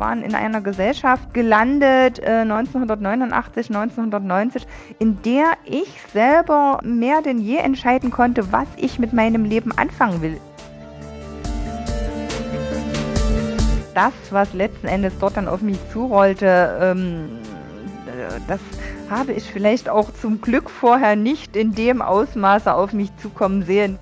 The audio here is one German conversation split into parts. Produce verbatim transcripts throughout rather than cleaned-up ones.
waren in einer Gesellschaft gelandet, äh, neunzehnhundertneunundachtzig, neunzehnhundertneunzig, in der ich selber mehr denn je entscheiden konnte, was ich mit meinem Leben anfangen will. Das, was letzten Endes dort dann auf mich zurollte, ähm, das habe ich vielleicht auch zum Glück vorher nicht in dem Ausmaße auf mich zukommen sehen.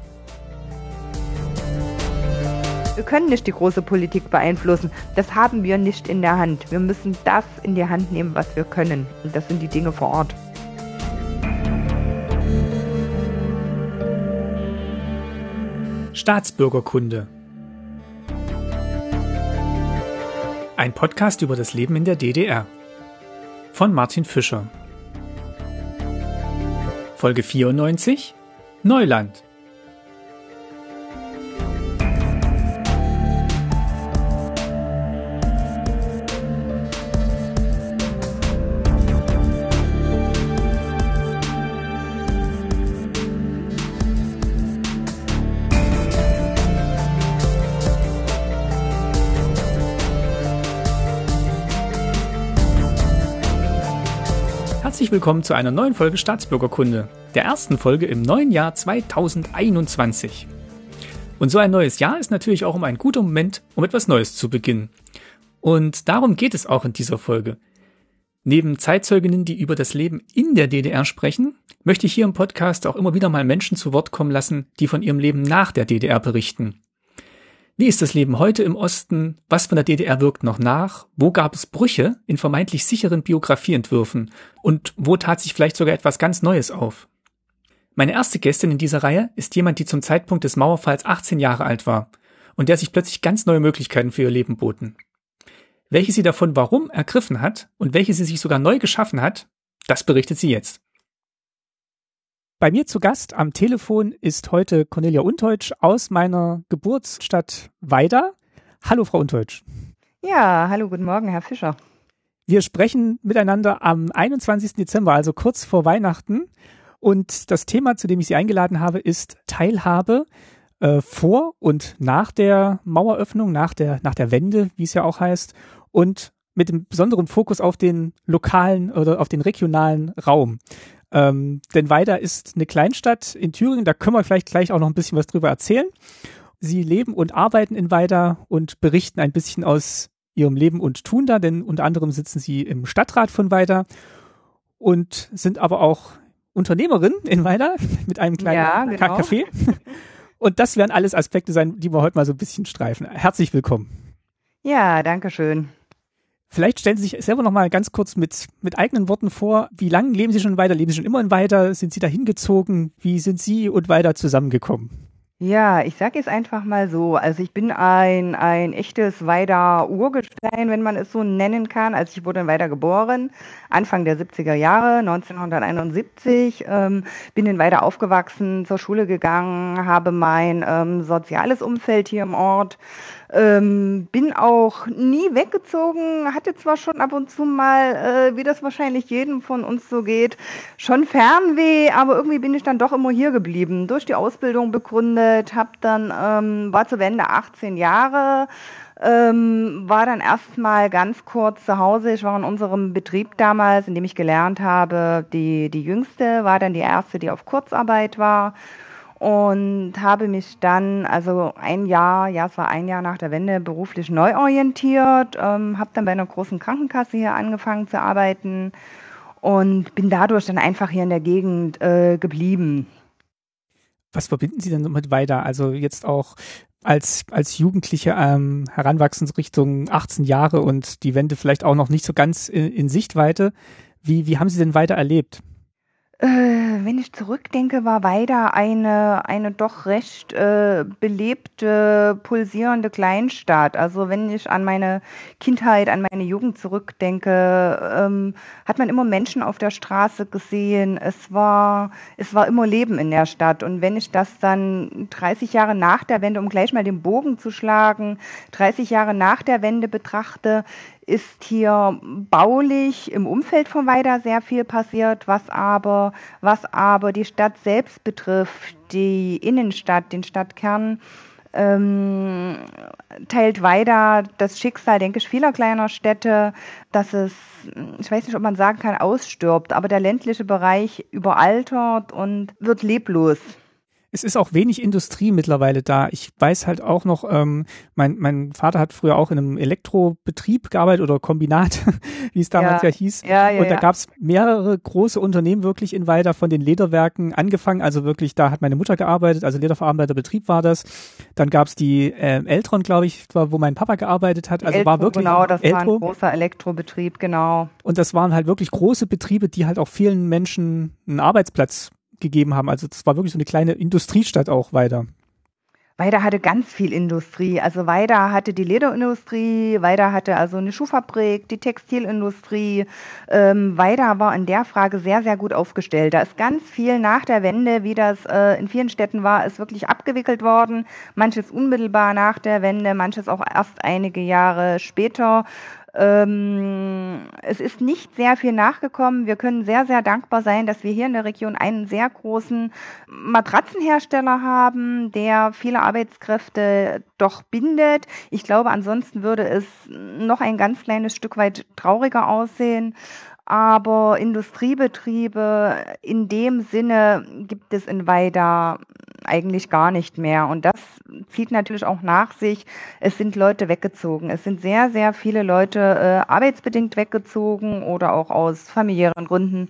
Wir können nicht die große Politik beeinflussen. Das haben wir nicht in der Hand. Wir müssen das in die Hand nehmen, was wir können. Und das sind die Dinge vor Ort. Staatsbürgerkunde. Ein Podcast über das Leben in der D D R. Von Martin Fischer. Folge vierundneunzig. Neuland. Herzlich willkommen zu einer neuen Folge Staatsbürgerkunde, der ersten Folge im neuen Jahr zweitausendeinundzwanzig. Und so ein neues Jahr ist natürlich auch um ein guter Moment, um etwas Neues zu beginnen. Und darum geht es auch in dieser Folge. Neben Zeitzeuginnen, die über das Leben in der D D R sprechen, möchte ich hier im Podcast auch immer wieder mal Menschen zu Wort kommen lassen, die von ihrem Leben nach der D D R berichten. Wie ist das Leben heute im Osten? Was von der D D R wirkt noch nach? Wo gab es Brüche in vermeintlich sicheren Biografieentwürfen? Und wo tat sich vielleicht sogar etwas ganz Neues auf? Meine erste Gästin in dieser Reihe ist jemand, die zum Zeitpunkt des Mauerfalls achtzehn Jahre alt war und der sich plötzlich ganz neue Möglichkeiten für ihr Leben boten. Welche sie davon warum ergriffen hat und welche sie sich sogar neu geschaffen hat, das berichtet sie jetzt. Bei mir zu Gast am Telefon ist heute Cornelia Unteutsch aus meiner Geburtsstadt Weida. Hallo, Frau Unteutsch. Ja, hallo, guten Morgen, Herr Fischer. Wir sprechen miteinander am einundzwanzigsten Dezember, also kurz vor Weihnachten. Und das Thema, zu dem ich Sie eingeladen habe, ist Teilhabe äh, vor und nach der Maueröffnung, nach der, nach der Wende, wie es ja auch heißt, und mit dem besonderen Fokus auf den lokalen oder auf den regionalen Raum. Ähm, denn Weida ist eine Kleinstadt in Thüringen, da können wir vielleicht gleich auch noch ein bisschen was drüber erzählen. Sie leben und arbeiten in Weida und berichten ein bisschen aus ihrem Leben und Tun da, denn unter anderem sitzen sie im Stadtrat von Weida und sind aber auch Unternehmerin in Weida mit einem kleinen ja, genau. Café. Und das werden alles Aspekte sein, die wir heute mal so ein bisschen streifen. Herzlich willkommen. Ja, danke schön. Vielleicht stellen Sie sich selber noch mal ganz kurz mit, mit eigenen Worten vor. Wie lange leben Sie schon in Weida? Leben Sie schon immer in Weida? Sind Sie da hingezogen? Wie sind Sie und Weida zusammengekommen? Ja, ich sage es einfach mal so. Also ich bin ein, ein echtes Weider Urgestein, wenn man es so nennen kann. Also ich wurde in Weida geboren, Anfang der siebziger Jahre, neunzehnhunderteinundsiebzig. Ähm, bin in Weida aufgewachsen, zur Schule gegangen, habe mein ähm, soziales Umfeld hier im Ort. Ähm, bin auch nie weggezogen, hatte zwar schon ab und zu mal, äh, wie das wahrscheinlich jedem von uns so geht, schon Fernweh, aber irgendwie bin ich dann doch immer hier geblieben, durch die Ausbildung begründet, hab dann, ähm, war zur Wende achtzehn Jahre, ähm, war dann erstmal ganz kurz zu Hause. Ich war in unserem Betrieb damals, in dem ich gelernt habe, die, die Jüngste, war dann die Erste, die auf Kurzarbeit war. Und habe mich dann, also ein Jahr, ja, es war ein Jahr nach der Wende, beruflich neu orientiert, ähm, habe dann bei einer großen Krankenkasse hier angefangen zu arbeiten und bin dadurch dann einfach hier in der Gegend äh, geblieben. Was verbinden Sie denn mit Weida? Also jetzt auch als, als Jugendliche ähm, heranwachsend Richtung achtzehn Jahre und die Wende vielleicht auch noch nicht so ganz in, in Sichtweite. Wie, wie haben Sie denn Weida erlebt? Äh, wenn ich zurückdenke, war Weida eine, eine doch recht äh, belebte, pulsierende Kleinstadt. Also wenn ich an meine Kindheit, an meine Jugend zurückdenke, ähm, hat man immer Menschen auf der Straße gesehen. Es war, es war immer Leben in der Stadt. Und wenn ich das dann dreißig Jahre nach der Wende, um gleich mal den Bogen zu schlagen, dreißig Jahre nach der Wende betrachte, ist hier baulich im Umfeld von Weida sehr viel passiert, was aber, was aber die Stadt selbst betrifft, die Innenstadt, den Stadtkern, ähm, teilt weiter das Schicksal, denke ich, vieler kleiner Städte, dass es, ich weiß nicht, ob man sagen kann, ausstirbt, aber der ländliche Bereich überaltert und wird leblos. Es ist auch wenig Industrie mittlerweile da. Ich weiß halt auch noch, ähm, mein, mein Vater hat früher auch in einem Elektrobetrieb gearbeitet oder Kombinat, wie es damals ja, ja hieß. Ja, ja, und da ja. gab es mehrere große Unternehmen wirklich in Weida, von den Lederwerken angefangen. Also wirklich, da hat meine Mutter gearbeitet, also Lederverarbeiterbetrieb war das. Dann gab es die äh, Eltron, glaube ich, wo mein Papa gearbeitet hat. Also Eltro, war wirklich genau, das Eltro. war ein großer Elektrobetrieb, genau. Und das waren halt wirklich große Betriebe, die halt auch vielen Menschen einen Arbeitsplatz gegeben haben. Also das war wirklich so eine kleine Industriestadt auch Weida. Weida hatte ganz viel Industrie. Also Weida hatte die Lederindustrie, Weida hatte also eine Schuhfabrik, die Textilindustrie. Ähm, Weida war in der Frage sehr, sehr gut aufgestellt. Da ist ganz viel nach der Wende, wie das äh, in vielen Städten war, ist wirklich abgewickelt worden. Manches unmittelbar nach der Wende, manches auch erst einige Jahre später. Ähm, es ist nicht sehr viel nachgekommen. Wir können sehr, sehr dankbar sein, dass wir hier in der Region einen sehr großen Matratzenhersteller haben, der viele Arbeitskräfte doch bindet. Ich glaube, ansonsten würde es noch ein ganz kleines Stück weit trauriger aussehen. Aber Industriebetriebe in dem Sinne gibt es in Weida eigentlich gar nicht mehr. Und das zieht natürlich auch nach sich. Es sind Leute weggezogen. Es sind sehr, sehr viele Leute äh, arbeitsbedingt weggezogen oder auch aus familiären Gründen.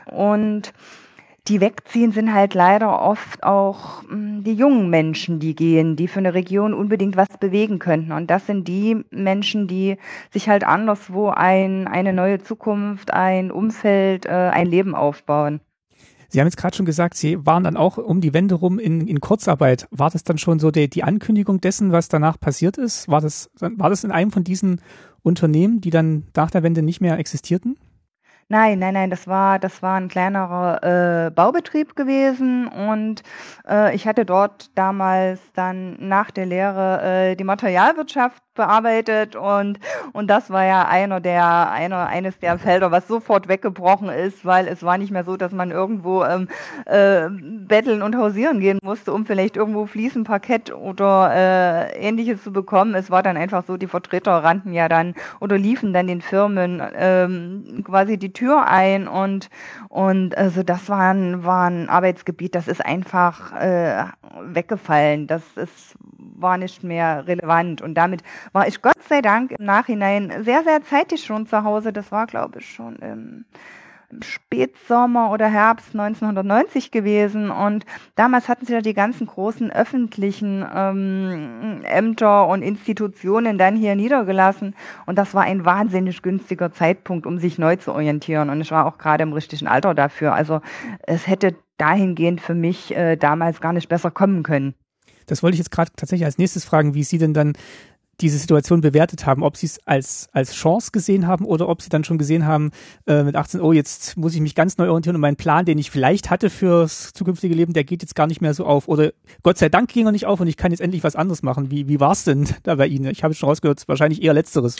Und die wegziehen, sind halt leider oft auch mh, die jungen Menschen, die gehen, die für eine Region unbedingt was bewegen könnten. Und das sind die Menschen, die sich halt anderswo ein, eine neue Zukunft, ein Umfeld, äh, ein Leben aufbauen. Sie haben jetzt gerade schon gesagt, Sie waren dann auch um die Wende rum in, in Kurzarbeit. War das dann schon so die, die Ankündigung dessen, was danach passiert ist? War das, war das in einem von diesen Unternehmen, die dann nach der Wende nicht mehr existierten? Nein, nein, nein, das war, das war ein kleinerer äh, Baubetrieb gewesen und äh, ich hatte dort damals dann nach der Lehre äh, die Materialwirtschaft bearbeitet und und das war ja einer der einer eines der Felder, was sofort weggebrochen ist, weil es war nicht mehr so, dass man irgendwo ähm, äh, betteln und hausieren gehen musste, um vielleicht irgendwo Fliesen, Parkett oder äh, Ähnliches zu bekommen. Es war dann einfach so, die Vertreter rannten ja dann oder liefen dann den Firmen ähm, quasi die Tür ein und und also das war ein, war ein Arbeitsgebiet, das ist einfach äh, weggefallen. Das ist war nicht mehr relevant und damit war ich Gott sei Dank im Nachhinein sehr, sehr zeitig schon zu Hause. Das war, glaube ich, schon im, im Spätsommer oder Herbst neunzehnhundertneunzig gewesen und damals hatten sie ja die ganzen großen öffentlichen ähm, Ämter und Institutionen dann hier niedergelassen und das war ein wahnsinnig günstiger Zeitpunkt, um sich neu zu orientieren und ich war auch gerade im richtigen Alter dafür. Also es hätte dahingehend für mich äh, damals gar nicht besser kommen können. Das wollte ich jetzt gerade tatsächlich als nächstes fragen, wie Sie denn dann diese Situation bewertet haben, ob Sie es als als Chance gesehen haben oder ob Sie dann schon gesehen haben äh, mit achtzehn, oh, jetzt muss ich mich ganz neu orientieren und mein Plan, den ich vielleicht hatte fürs zukünftige Leben, der geht jetzt gar nicht mehr so auf oder Gott sei Dank ging er nicht auf und ich kann jetzt endlich was anderes machen. Wie wie war es denn da bei Ihnen? Ich habe schon rausgehört, wahrscheinlich eher Letzteres.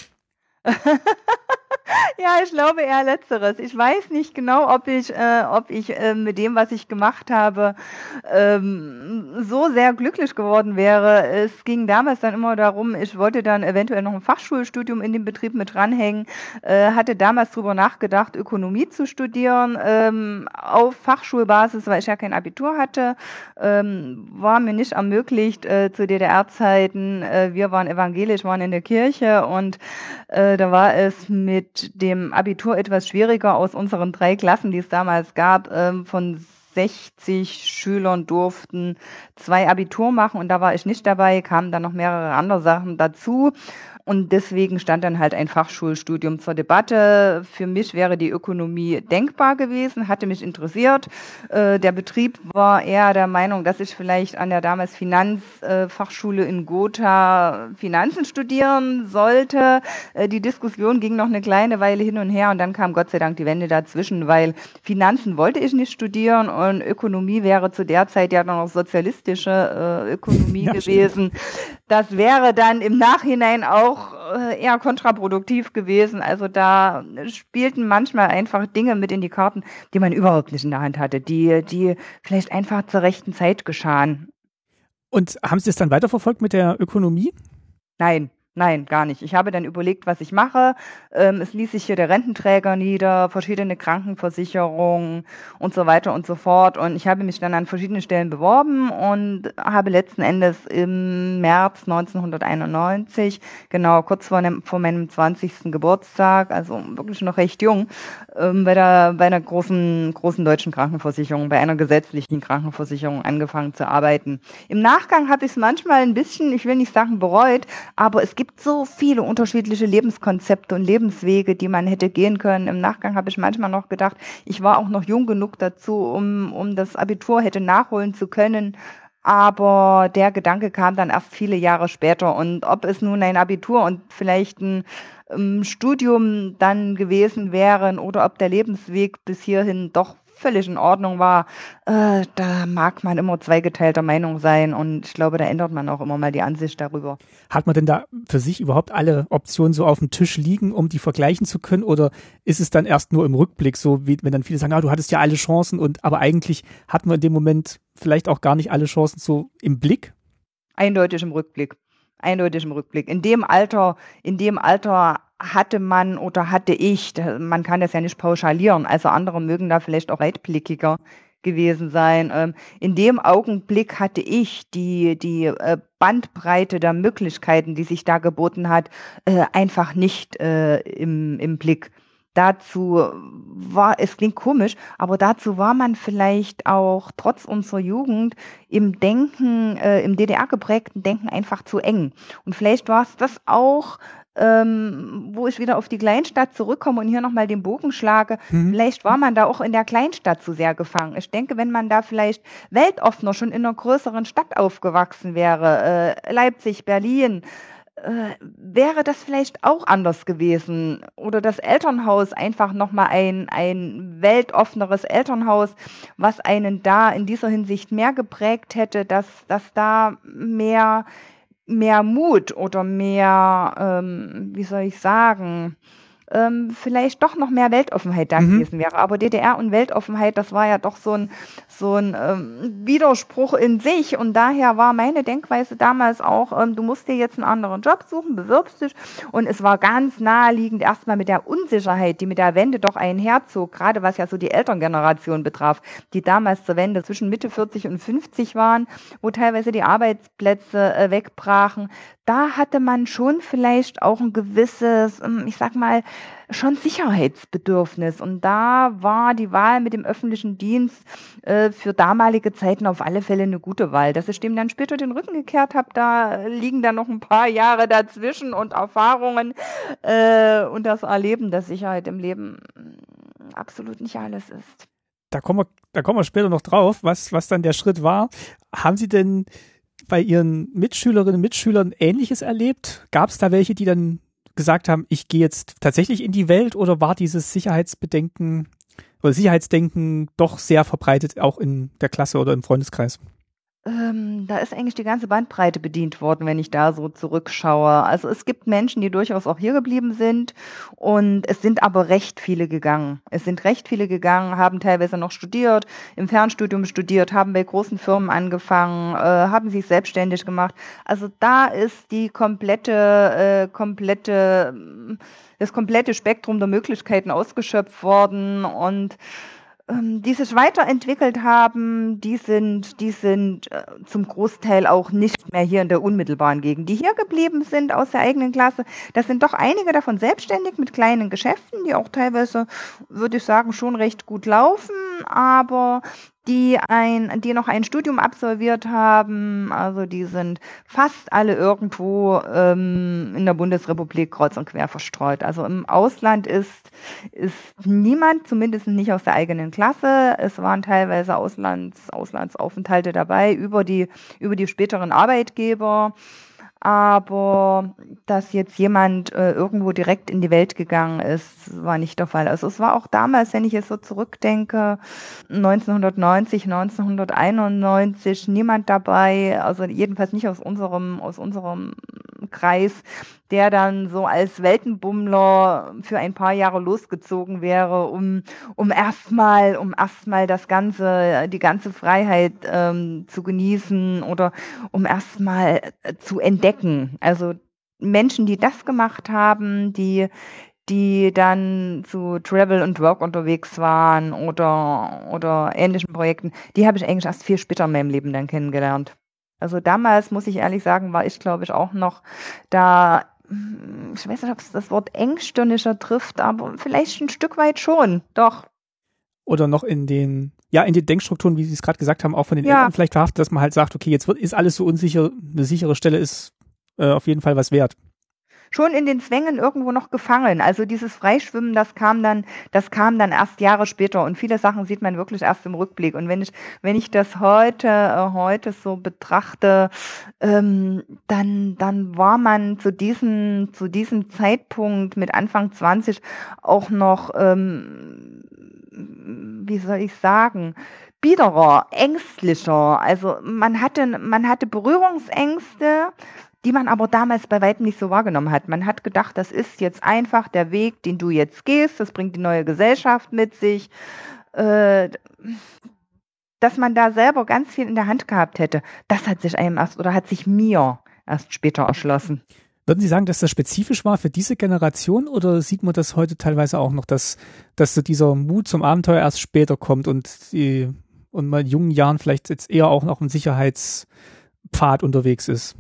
Ja, ich glaube eher Letzteres. Ich weiß nicht genau, ob ich, äh, ob ich äh, mit dem, was ich gemacht habe, ähm, so sehr glücklich geworden wäre. Es ging damals dann immer darum, ich wollte dann eventuell noch ein Fachschulstudium in dem Betrieb mit dranhängen, äh, hatte damals drüber nachgedacht, Ökonomie zu studieren, ähm, auf Fachschulbasis, weil ich ja kein Abitur hatte, ähm, war mir nicht ermöglicht äh, zu D D R-Zeiten. Äh, wir waren evangelisch, waren in der Kirche und äh, da war es mit dem Abitur etwas schwieriger. Aus unseren drei Klassen, die es damals gab, ähm, von sechzig Schülern durften zwei Abitur machen und da war ich nicht dabei, kamen dann noch mehrere andere Sachen dazu. Und deswegen stand dann halt ein Fachschulstudium zur Debatte. Für mich wäre die Ökonomie denkbar gewesen, hatte mich interessiert. Äh, der Betrieb war eher der Meinung, dass ich vielleicht an der damals Finanzfachschule äh, in Gotha Finanzen studieren sollte. Äh, die Diskussion ging noch eine kleine Weile hin und her und dann kam Gott sei Dank die Wende dazwischen, weil Finanzen wollte ich nicht studieren und Ökonomie wäre zu der Zeit ja noch sozialistische äh, Ökonomie ja, gewesen. Stimmt. Das wäre dann im Nachhinein auch eher kontraproduktiv gewesen. Also da spielten manchmal einfach Dinge mit in die Karten, die man überhaupt nicht in der Hand hatte, die, die vielleicht einfach zur rechten Zeit geschahen. Und haben Sie es dann weiterverfolgt mit der Ökonomie? Nein. Nein, gar nicht. Ich habe dann überlegt, was ich mache. Ähm, es ließ sich hier der Rententräger nieder, verschiedene Krankenversicherungen und so weiter und so fort. Und ich habe mich dann an verschiedenen Stellen beworben und habe letzten Endes im März neunzehnhunderteinundneunzig, genau kurz vor, nem, vor meinem zwanzigsten Geburtstag, also wirklich noch recht jung, ähm, bei, der, bei einer großen, großen deutschen Krankenversicherung, bei einer gesetzlichen Krankenversicherung angefangen zu arbeiten. Im Nachgang habe ich es manchmal ein bisschen, ich will nicht sagen bereut, aber es gibt Es gibt so viele unterschiedliche Lebenskonzepte und Lebenswege, die man hätte gehen können. Im Nachgang habe ich manchmal noch gedacht, ich war auch noch jung genug dazu, um, um das Abitur hätte nachholen zu können. Aber der Gedanke kam dann erst viele Jahre später. Und ob es nun ein Abitur und vielleicht ein ähm, Studium dann gewesen wären oder ob der Lebensweg bis hierhin doch völlig in Ordnung war, äh, da mag man immer zweigeteilter Meinung sein und ich glaube, da ändert man auch immer mal die Ansicht darüber. Hat man denn da für sich überhaupt alle Optionen so auf dem Tisch liegen, um die vergleichen zu können, oder ist es dann erst nur im Rückblick so, wie wenn dann viele sagen, ah, du hattest ja alle Chancen, und aber eigentlich hat man in dem Moment vielleicht auch gar nicht alle Chancen so im Blick? Eindeutig im Rückblick. Eindeutig im Rückblick. In dem Alter, in dem Alter hatte man oder hatte ich, man kann das ja nicht pauschalieren, also andere mögen da vielleicht auch weitblickiger gewesen sein. In dem Augenblick hatte ich die, die Bandbreite der Möglichkeiten, die sich da geboten hat, einfach nicht im, im Blick. Dazu war, es klingt komisch, aber dazu war man vielleicht auch trotz unserer Jugend im Denken, äh, im D D R geprägten Denken einfach zu eng. Und vielleicht war es das auch, ähm, wo ich wieder auf die Kleinstadt zurückkomme und hier nochmal den Bogen schlage. Mhm. Vielleicht war man da auch in der Kleinstadt zu sehr gefangen. Ich denke, wenn man da vielleicht weltoffener schon in einer größeren Stadt aufgewachsen wäre, äh, Leipzig, Berlin, Äh, wäre das vielleicht auch anders gewesen oder das Elternhaus einfach nochmal ein, ein weltoffeneres Elternhaus, was einen da in dieser Hinsicht mehr geprägt hätte, dass, dass da mehr, mehr Mut oder mehr, ähm, wie soll ich sagen, ähm, vielleicht doch noch mehr Weltoffenheit da mhm. gewesen wäre. Aber D D R und Weltoffenheit, das war ja doch so ein, so ein ähm, Widerspruch in sich. Und daher war meine Denkweise damals auch, ähm, du musst dir jetzt einen anderen Job suchen, bewirbst dich. Und es war ganz naheliegend erstmal mit der Unsicherheit, die mit der Wende doch einherzog, gerade was ja so die Elterngeneration betraf, die damals zur Wende zwischen Mitte vierzig und fünfzig waren, wo teilweise die Arbeitsplätze äh, wegbrachen. Da hatte man schon vielleicht auch ein gewisses, ich sag mal, schon Sicherheitsbedürfnis. Und da war die Wahl mit dem öffentlichen Dienst äh, für damalige Zeiten auf alle Fälle eine gute Wahl. Dass ich dem dann später den Rücken gekehrt habe, da liegen dann noch ein paar Jahre dazwischen und Erfahrungen äh, und das Erleben, dass Sicherheit im Leben absolut nicht alles ist. Da kommen wir, da kommen wir später noch drauf, was, was dann der Schritt war. Haben Sie denn bei Ihren Mitschülerinnen und Mitschülern Ähnliches erlebt? Gab es da welche, die dann gesagt haben, ich gehe jetzt tatsächlich in die Welt, oder war dieses Sicherheitsbedenken oder Sicherheitsdenken doch sehr verbreitet, auch in der Klasse oder im Freundeskreis? Ähm, da ist eigentlich die ganze Bandbreite bedient worden, wenn ich da so zurückschaue. Also es gibt Menschen, die durchaus auch hier geblieben sind, und es sind aber recht viele gegangen. Es sind recht viele gegangen, haben teilweise noch studiert, im Fernstudium studiert, haben bei großen Firmen angefangen, äh, haben sich selbstständig gemacht. Also da ist die komplette, äh, komplette, das komplette Spektrum der Möglichkeiten ausgeschöpft worden, und die sich weiterentwickelt haben, die sind, die sind äh, zum Großteil auch nicht mehr hier in der unmittelbaren Gegend. Die hier geblieben sind aus der eigenen Klasse, das sind doch einige davon selbstständig mit kleinen Geschäften, die auch teilweise, würde ich sagen, schon recht gut laufen, aber die ein, die noch ein Studium absolviert haben, also die sind fast alle irgendwo ähm, in der Bundesrepublik kreuz und quer verstreut. Also im Ausland ist, ist niemand, zumindest nicht aus der eigenen Klasse. Es waren teilweise Auslands, Auslandsaufenthalte dabei über die, über die späteren Arbeitgeber. Aber dass jetzt jemand äh, irgendwo direkt in die Welt gegangen ist, war nicht der Fall. Also es war auch damals, wenn ich jetzt so zurückdenke, neunzehnhundertneunzig, neunzehnhunderteinundneunzig, niemand dabei, also jedenfalls nicht aus unserem, aus unserem Bekanntenkreis, der dann so als Weltenbummler für ein paar Jahre losgezogen wäre, um, um erstmal, um erstmal das ganze, die ganze Freiheit ähm, zu genießen oder um erstmal zu entdecken. Also Menschen, die das gemacht haben, die die dann zu Travel und Work unterwegs waren oder, oder ähnlichen Projekten, die habe ich eigentlich erst viel später in meinem Leben dann kennengelernt. Also damals, muss ich ehrlich sagen, war ich, glaube ich, auch noch da, ich weiß nicht, ob es das Wort engstirnischer trifft, aber vielleicht ein Stück weit schon, doch. Oder noch in den, ja, in den Denkstrukturen, wie Sie es gerade gesagt haben, auch von den Ja. Eltern vielleicht verhaftet, dass man halt sagt, okay, jetzt wird, ist alles so unsicher, eine sichere Stelle ist äh, auf jeden Fall was wert. Schon in den Zwängen irgendwo noch gefangen. Also dieses Freischwimmen, das kam dann, das kam dann erst Jahre später und viele Sachen sieht man wirklich erst im Rückblick. Und wenn ich, wenn ich das heute, äh, heute so betrachte, ähm, dann, dann war man zu diesem, zu diesem Zeitpunkt mit Anfang zwanzig auch noch, ähm, wie soll ich sagen, biederer, ängstlicher. Also man hatte, man hatte Berührungsängste, die man aber damals bei weitem nicht so wahrgenommen hat. Man hat gedacht, das ist jetzt einfach der Weg, den du jetzt gehst, das bringt die neue Gesellschaft mit sich. Äh, dass man da selber ganz viel in der Hand gehabt hätte, das hat sich einem erst oder hat sich mir erst später erschlossen. Würden Sie sagen, dass das spezifisch war für diese Generation oder sieht man das heute teilweise auch noch, dass, dass so dieser Mut zum Abenteuer erst später kommt und, die, und man in jungen Jahren vielleicht jetzt eher auch noch im Sicherheitspfad unterwegs ist?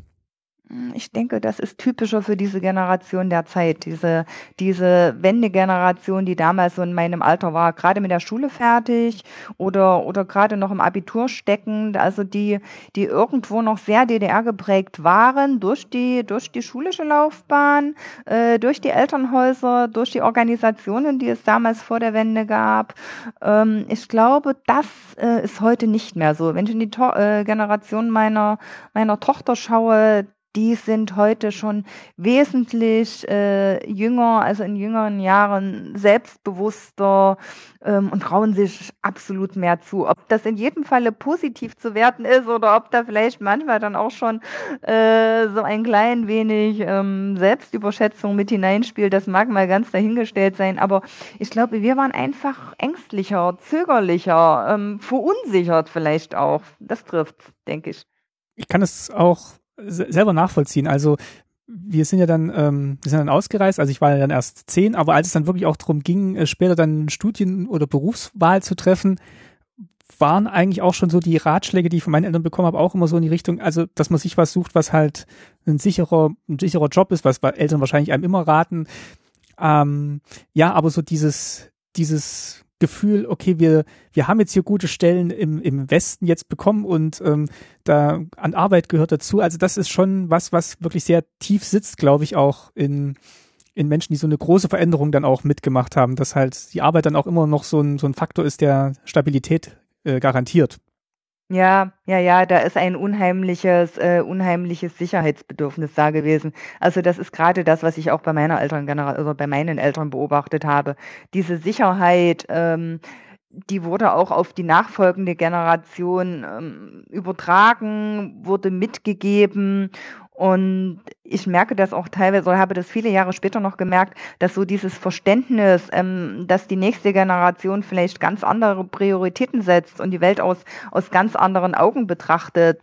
Ich denke, das ist typischer für diese Generation der Zeit, diese, diese Wendegeneration, die damals so in meinem Alter war, gerade mit der Schule fertig oder, oder gerade noch im Abitur steckend, also die, die irgendwo noch sehr D D R geprägt waren durch die, durch die schulische Laufbahn, äh, durch die Elternhäuser, durch die Organisationen, die es damals vor der Wende gab. Ähm, ich glaube, das äh, ist heute nicht mehr so. Wenn ich in die to- äh, Generation meiner, meiner Tochter schaue, die sind heute schon wesentlich äh, jünger, also in jüngeren Jahren selbstbewusster ähm, und trauen sich absolut mehr zu. Ob das in jedem Falle positiv zu werten ist oder ob da vielleicht manchmal dann auch schon äh, so ein klein wenig ähm, Selbstüberschätzung mit hineinspielt, das mag mal ganz dahingestellt sein. Aber ich glaube, wir waren einfach ängstlicher, zögerlicher, ähm, verunsichert vielleicht auch. Das trifft's, denke ich. Ich kann es auch selber nachvollziehen. Also wir sind ja dann, ähm, wir sind dann ausgereist, also ich war ja dann erst zehn, aber als es dann wirklich auch darum ging, äh, später dann Studien- oder Berufswahl zu treffen, waren eigentlich auch schon so die Ratschläge, die ich von meinen Eltern bekommen habe, auch immer so in die Richtung, also dass man sich was sucht, was halt ein sicherer, ein sicherer Job ist, was Eltern wahrscheinlich einem immer raten. Ähm, ja, aber so dieses, dieses Gefühl, okay, wir wir haben jetzt hier gute Stellen im im Westen jetzt bekommen und ähm, da an Arbeit gehört dazu. Also das ist schon was, was wirklich sehr tief sitzt, glaube ich, auch in in Menschen, die so eine große Veränderung dann auch mitgemacht haben, dass halt die Arbeit dann auch immer noch so ein so ein Faktor ist, der Stabilität äh, garantiert. Ja, ja, ja, da ist ein unheimliches, äh, unheimliches Sicherheitsbedürfnis da gewesen. Also das ist gerade das, was ich auch bei meiner Elterngeneration, also bei meinen Eltern beobachtet habe. Diese Sicherheit, ähm, die wurde auch auf die nachfolgende Generation ähm, übertragen, wurde mitgegeben. Und ich merke das auch teilweise, oder habe das viele Jahre später noch gemerkt, dass so dieses Verständnis, ähm, dass die nächste Generation vielleicht ganz andere Prioritäten setzt und die Welt aus, aus ganz anderen Augen betrachtet,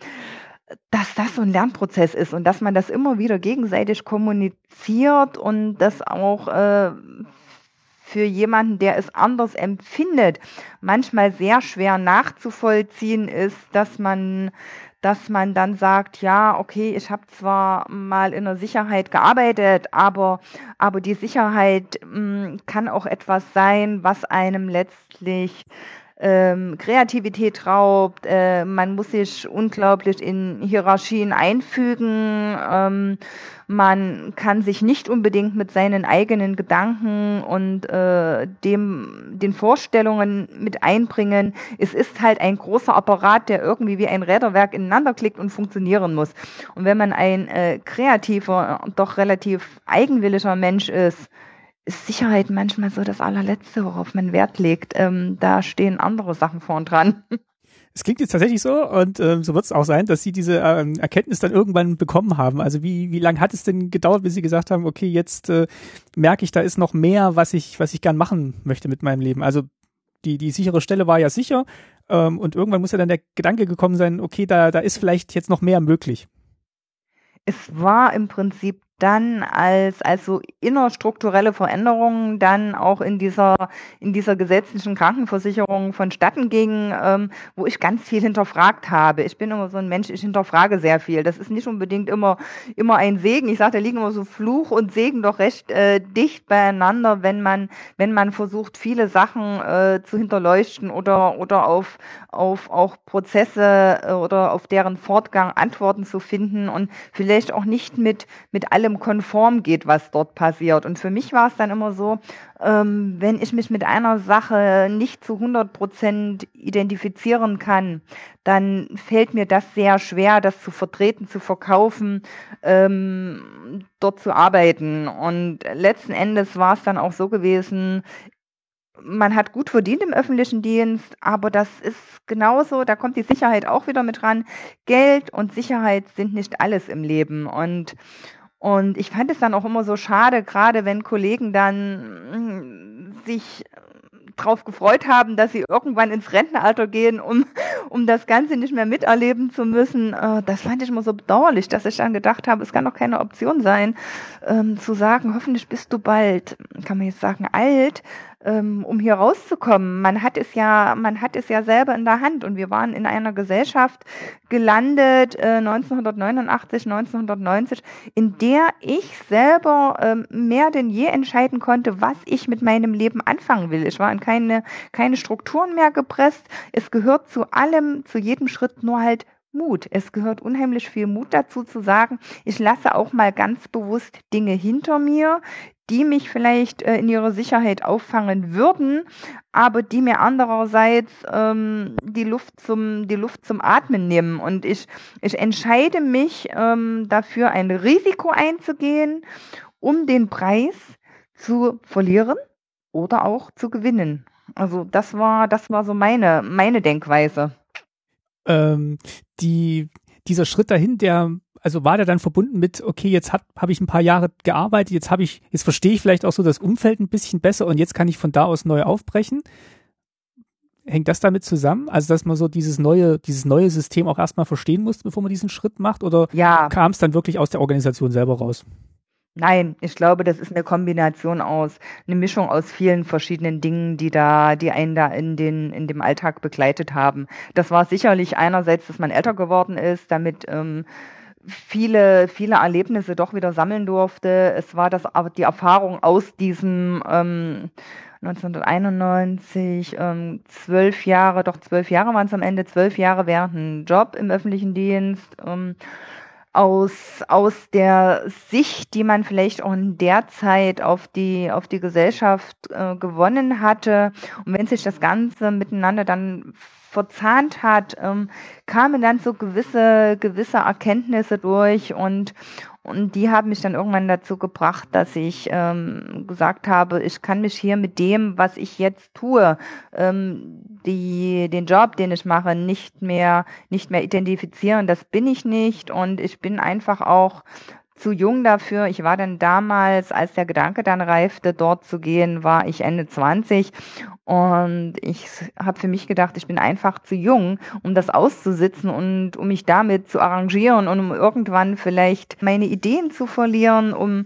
dass das so ein Lernprozess ist und dass man das immer wieder gegenseitig kommuniziert und das auch äh, für jemanden, der es anders empfindet, manchmal sehr schwer nachzuvollziehen ist, dass man dass man dann sagt, ja, okay, ich habe zwar mal in der Sicherheit gearbeitet, aber, aber die Sicherheit mh, kann auch etwas sein, was einem letztlich ähm, Kreativität raubt. Äh, man muss sich unglaublich in Hierarchien einfügen. Ähm, man kann sich nicht unbedingt mit seinen eigenen Gedanken und äh, dem, den Vorstellungen mit einbringen. Es ist halt ein großer Apparat, der irgendwie wie ein Räderwerk ineinander klickt und funktionieren muss. Und wenn man ein äh, kreativer, doch relativ eigenwilliger Mensch ist, ist Sicherheit manchmal so das allerletzte, worauf man Wert legt. Ähm, da stehen andere Sachen vorn dran. Es klingt jetzt tatsächlich so und ähm, so wird es auch sein, dass Sie diese ähm, Erkenntnis dann irgendwann bekommen haben. Also wie wie lange hat es denn gedauert, bis Sie gesagt haben, okay, jetzt äh, merke ich, da ist noch mehr, was ich was ich gern machen möchte mit meinem Leben. Also die die sichere Stelle war ja sicher ähm, und irgendwann muss ja dann der Gedanke gekommen sein, okay, da da ist vielleicht jetzt noch mehr möglich. Es war im Prinzip dann, als als so innerstrukturelle Veränderungen dann auch in dieser in dieser gesetzlichen Krankenversicherung vonstatten gingen, ähm, wo ich ganz viel hinterfragt habe. Ich bin immer so ein Mensch, ich hinterfrage sehr viel. Das ist nicht unbedingt immer immer ein Segen. Ich sage, da liegen immer so Fluch und Segen doch recht äh, dicht beieinander, wenn man wenn man versucht, viele Sachen äh, zu hinterleuchten oder oder auf auf auch Prozesse äh, oder auf deren Fortgang Antworten zu finden und vielleicht auch nicht mit mit allem konform geht, was dort passiert. Und für mich war es dann immer so, ähm, wenn ich mich mit einer Sache nicht zu hundert Prozent identifizieren kann, dann fällt mir das sehr schwer, das zu vertreten, zu verkaufen, ähm, dort zu arbeiten. Und letzten Endes war es dann auch so gewesen, man hat gut verdient im öffentlichen Dienst, aber das ist genauso, da kommt die Sicherheit auch wieder mit ran. Geld und Sicherheit sind nicht alles im Leben. Und Und ich fand es dann auch immer so schade, gerade wenn Kollegen dann mh, sich drauf gefreut haben, dass sie irgendwann ins Rentenalter gehen, um, um das Ganze nicht mehr miterleben zu müssen. Äh, das fand ich immer so bedauerlich, dass ich dann gedacht habe, es kann doch keine Option sein, ähm, zu sagen, hoffentlich bist du bald, kann man jetzt sagen, alt, ähm, um hier rauszukommen. Man hat es ja, man hat es ja selber in der Hand und wir waren in einer Gesellschaft gelandet, äh, neunzehnhundertneunundachtzig, neunzehnhundertneunzig, in der ich selber ähm, mehr denn je entscheiden konnte, was ich mit meinem Leben anfangen will. Ich war in keine, keine Strukturen mehr gepresst. Es gehört zu allem, zu jedem Schritt nur halt Mut. Es gehört unheimlich viel Mut dazu zu sagen, ich lasse auch mal ganz bewusst Dinge hinter mir, die mich vielleicht äh, in ihrer Sicherheit auffangen würden, aber die mir andererseits ähm, die Luft zum die Luft zum Atmen nehmen. Und ich ich entscheide mich ähm, dafür, ein Risiko einzugehen, um den Preis zu verlieren oder auch zu gewinnen. Also das war das war so meine meine Denkweise. Ähm, die dieser Schritt dahin, der also war der dann verbunden mit, okay, jetzt hat habe ich ein paar Jahre gearbeitet, jetzt habe ich, jetzt verstehe ich vielleicht auch so das Umfeld ein bisschen besser und jetzt kann ich von da aus neu aufbrechen. Hängt das damit zusammen? Also, dass man so dieses neue, dieses neue System auch erstmal verstehen muss, bevor man diesen Schritt macht? Oder Ja. kam es dann wirklich aus der Organisation selber raus? Nein, ich glaube, das ist eine Kombination aus, eine Mischung aus vielen verschiedenen Dingen, die da, die einen da in den, in dem Alltag begleitet haben. Das war sicherlich einerseits, dass man älter geworden ist, damit ähm, viele, viele Erlebnisse doch wieder sammeln durfte. Es war das, aber die Erfahrung aus diesem ähm, neunzehnhunderteinundneunzig, ähm, zwölf Jahre, doch zwölf Jahre waren es am Ende, zwölf Jahre während einem Job im öffentlichen Dienst, ähm, aus, aus der Sicht, die man vielleicht auch in der Zeit auf die, auf die Gesellschaft äh, gewonnen hatte. Und wenn sich das Ganze miteinander dann verzahnt hat, ähm, kamen dann so gewisse, gewisse Erkenntnisse durch und, und die haben mich dann irgendwann dazu gebracht, dass ich ähm, gesagt habe, ich kann mich hier mit dem, was ich jetzt tue, ähm, die, den Job, den ich mache, nicht mehr, nicht mehr identifizieren. Das bin ich nicht und ich bin einfach auch zu jung dafür. Ich war dann damals, als der Gedanke dann reifte, dort zu gehen, war ich Ende zwanzig und ich habe für mich gedacht, ich bin einfach zu jung, um das auszusitzen und um mich damit zu arrangieren und um irgendwann vielleicht meine Ideen zu verlieren, um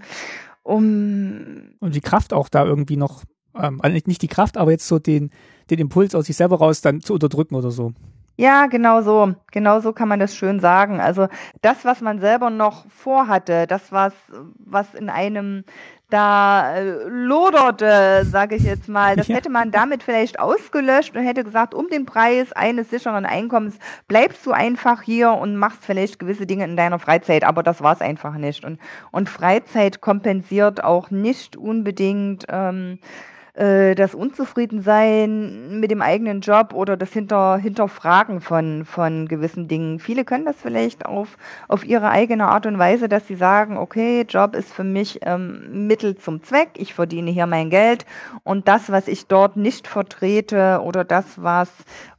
um Und die Kraft auch da irgendwie noch, ähm, also nicht die Kraft, aber jetzt so den, den Impuls aus sich selber raus dann zu unterdrücken oder so. Ja, genau so. Genau so kann man das schön sagen. Also das, was man selber noch vorhatte, das, was, was in einem da äh, loderte, sage ich jetzt mal, das Ja. hätte man damit vielleicht ausgelöscht und hätte gesagt, um den Preis eines sicheren Einkommens bleibst du einfach hier und machst vielleicht gewisse Dinge in deiner Freizeit, aber das war es einfach nicht. Und, und Freizeit kompensiert auch nicht unbedingt ähm, äh, das Unzufriedensein mit dem eigenen Job oder das Hinter, Hinterfragen von, von gewissen Dingen. Viele können das vielleicht auf, auf ihre eigene Art und Weise, dass sie sagen, okay, Job ist für mich ähm, Mittel zum Zweck, ich verdiene hier mein Geld und das, was ich dort nicht vertrete oder das, was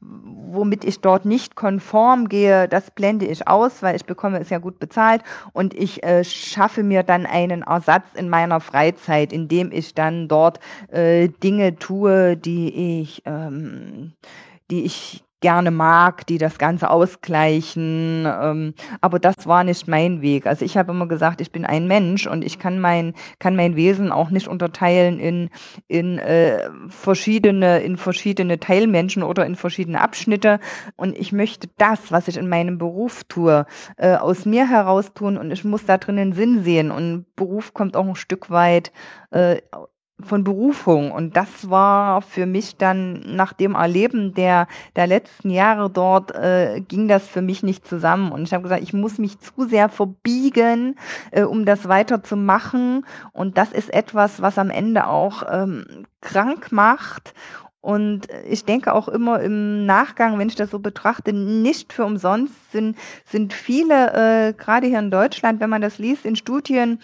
womit ich dort nicht konform gehe, das blende ich aus, weil ich bekomme es ja gut bezahlt und ich äh, schaffe mir dann einen Ersatz in meiner Freizeit, indem ich dann dort äh, Dinge tue, die ich, ähm, die ich gerne mag, die das Ganze ausgleichen, ähm, aber das war nicht mein Weg. Also ich habe immer gesagt, ich bin ein Mensch und ich kann mein kann mein Wesen auch nicht unterteilen in in äh, verschiedene in verschiedene Teilmenschen oder in verschiedene Abschnitte und ich möchte das, was ich in meinem Beruf tue, äh, aus mir heraus tun und ich muss da drinnen Sinn sehen und Beruf kommt auch ein Stück weit äh, von Berufung und das war für mich dann nach dem Erleben der der letzten Jahre dort äh, ging das für mich nicht zusammen und ich habe gesagt, ich muss mich zu sehr verbiegen, äh, um das weiterzumachen und das ist etwas, was am Ende auch ähm, krank macht. Und ich denke auch immer im Nachgang, wenn ich das so betrachte, nicht für umsonst sind, sind viele, äh, gerade hier in Deutschland, wenn man das liest in Studien,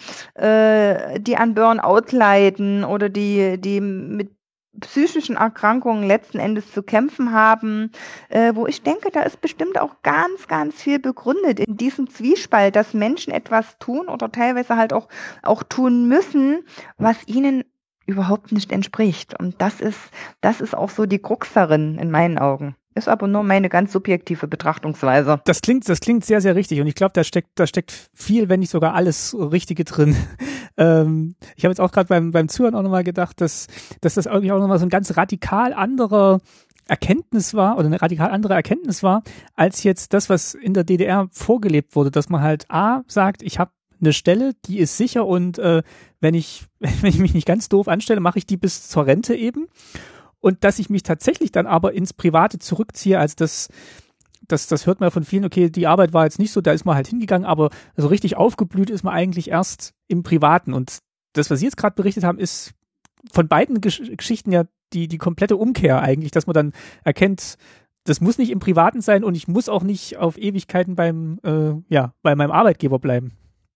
äh, die an Burnout leiden oder die, die mit psychischen Erkrankungen letzten Endes zu kämpfen haben, äh, wo ich denke, da ist bestimmt auch ganz, ganz viel begründet in diesem Zwiespalt, dass Menschen etwas tun oder teilweise halt auch, auch tun müssen, was ihnen überhaupt nicht entspricht. Und das ist, das ist auch so die Krux darin in meinen Augen. Ist aber nur meine ganz subjektive Betrachtungsweise. Das klingt, das klingt sehr, sehr richtig. Und ich glaube, da steckt, da steckt viel, wenn nicht sogar alles Richtige drin. ähm, ich habe jetzt auch gerade beim, beim Zuhören auch nochmal gedacht, dass, dass das irgendwie auch nochmal so ein ganz radikal anderer Erkenntnis war oder eine radikal andere Erkenntnis war, als jetzt das, was in der D D R vorgelebt wurde, dass man halt A sagt, ich habe eine Stelle, die ist sicher und äh, wenn ich wenn ich mich nicht ganz doof anstelle, mache ich die bis zur Rente eben und dass ich mich tatsächlich dann aber ins Private zurückziehe, als das das das hört man von vielen, okay, die Arbeit war jetzt nicht so, da ist man halt hingegangen, aber so richtig aufgeblüht ist man eigentlich erst im Privaten und das, was Sie jetzt gerade berichtet haben, ist von beiden Gesch- Geschichten ja die die komplette Umkehr eigentlich, dass man dann erkennt, das muss nicht im Privaten sein und ich muss auch nicht auf Ewigkeiten beim äh, ja bei meinem Arbeitgeber bleiben.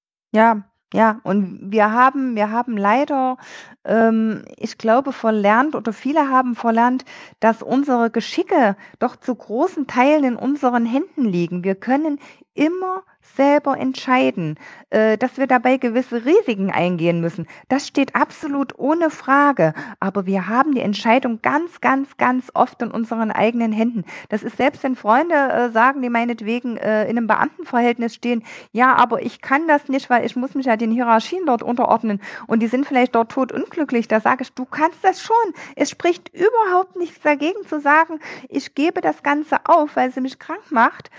Ja, ja, und wir haben, wir haben leider, ähm, ich glaube, verlernt oder viele haben verlernt, dass unsere Geschicke doch zu großen Teilen in unseren Händen liegen. Wir können immer selber entscheiden, äh, dass wir dabei gewisse Risiken eingehen müssen. Das steht absolut ohne Frage. Aber wir haben die Entscheidung ganz, ganz, ganz oft in unseren eigenen Händen. Das ist selbst, wenn Freunde äh, sagen, die meinetwegen äh, in einem Beamtenverhältnis stehen, ja, aber ich kann das nicht, weil ich muss mich ja den Hierarchien dort unterordnen und die sind vielleicht dort totunglücklich. Da sage ich, du kannst das schon. Es spricht überhaupt nichts dagegen zu sagen, ich gebe das Ganze auf, weil sie mich krank macht.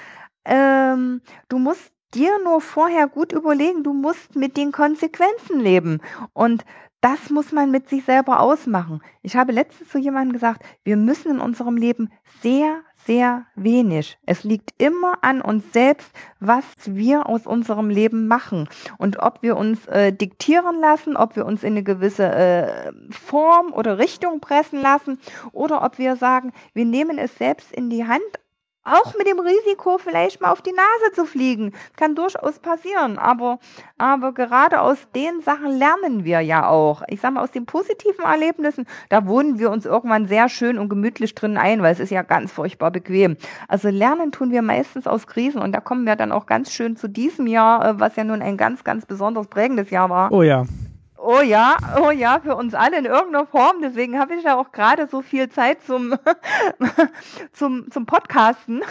Ähm, du musst dir nur vorher gut überlegen, du musst mit den Konsequenzen leben. Und das muss man mit sich selber ausmachen. Ich habe letztens zu jemandem gesagt, wir müssen in unserem Leben sehr, sehr wenig. Es liegt immer an uns selbst, was wir aus unserem Leben machen. Und ob wir uns äh, diktieren lassen, ob wir uns in eine gewisse äh, Form oder Richtung pressen lassen oder ob wir sagen, wir nehmen es selbst in die Hand, auch mit dem Risiko, vielleicht mal auf die Nase zu fliegen. Kann durchaus passieren. Aber, aber gerade aus den Sachen lernen wir ja auch. Ich sage mal, aus den positiven Erlebnissen, da wohnen wir uns irgendwann sehr schön und gemütlich drin ein, weil es ist ja ganz furchtbar bequem. Also lernen tun wir meistens aus Krisen. Und da kommen wir dann auch ganz schön zu diesem Jahr, was ja nun ein ganz, ganz besonders prägendes Jahr war. Oh ja. Oh ja, oh ja, für uns alle in irgendeiner Form. Deswegen habe ich ja auch gerade so viel Zeit zum, zum, zum Podcasten.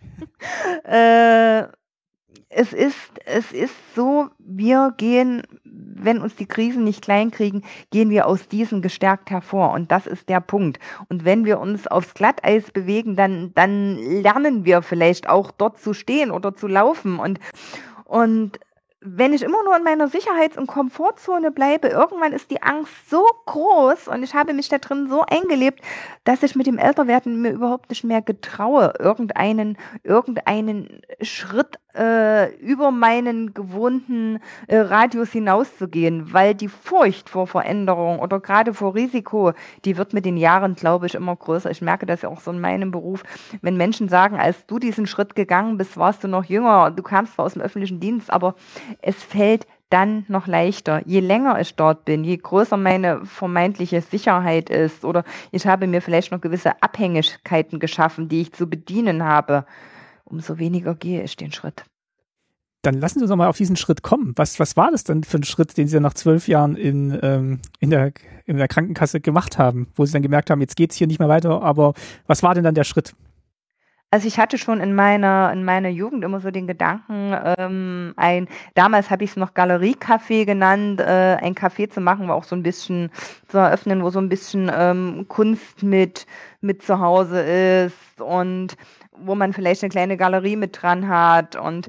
äh, es ist, es ist so, wir gehen, wenn uns die Krisen nicht klein kriegen, gehen wir aus diesen gestärkt hervor. Und das ist der Punkt. Und wenn wir uns aufs Glatteis bewegen, dann, dann lernen wir vielleicht auch dort zu stehen oder zu laufen. Und, und wenn ich immer nur in meiner Sicherheits- und Komfortzone bleibe, irgendwann ist die Angst so groß und ich habe mich da drin so eingelebt, dass ich mit dem Älterwerden mir überhaupt nicht mehr getraue, irgendeinen, irgendeinen Schritt äh, über meinen gewohnten äh, Radius hinauszugehen, weil die Furcht vor Veränderung oder gerade vor Risiko, die wird mit den Jahren, glaube ich, immer größer. Ich merke das ja auch so in meinem Beruf, wenn Menschen sagen, als du diesen Schritt gegangen bist, warst du noch jünger, du kamst zwar aus dem öffentlichen Dienst, aber es fällt dann noch leichter. Je länger ich dort bin, je größer meine vermeintliche Sicherheit ist oder ich habe mir vielleicht noch gewisse Abhängigkeiten geschaffen, die ich zu bedienen habe, umso weniger gehe ich den Schritt. Dann lassen Sie uns noch mal auf diesen Schritt kommen. Was, was war das denn für ein Schritt, den Sie dann nach zwölf Jahren in, ähm, in, der, in der Krankenkasse gemacht haben, wo Sie dann gemerkt haben, jetzt geht's hier nicht mehr weiter, aber was war denn dann der Schritt? Also ich hatte schon in meiner in meiner Jugend immer so den Gedanken, ähm, ein damals habe ich es noch Galeriecafé genannt, äh, ein Café zu machen, wo auch so ein bisschen zu eröffnen, wo so ein bisschen ähm, Kunst mit mit zu Hause ist und wo man vielleicht eine kleine Galerie mit dran hat und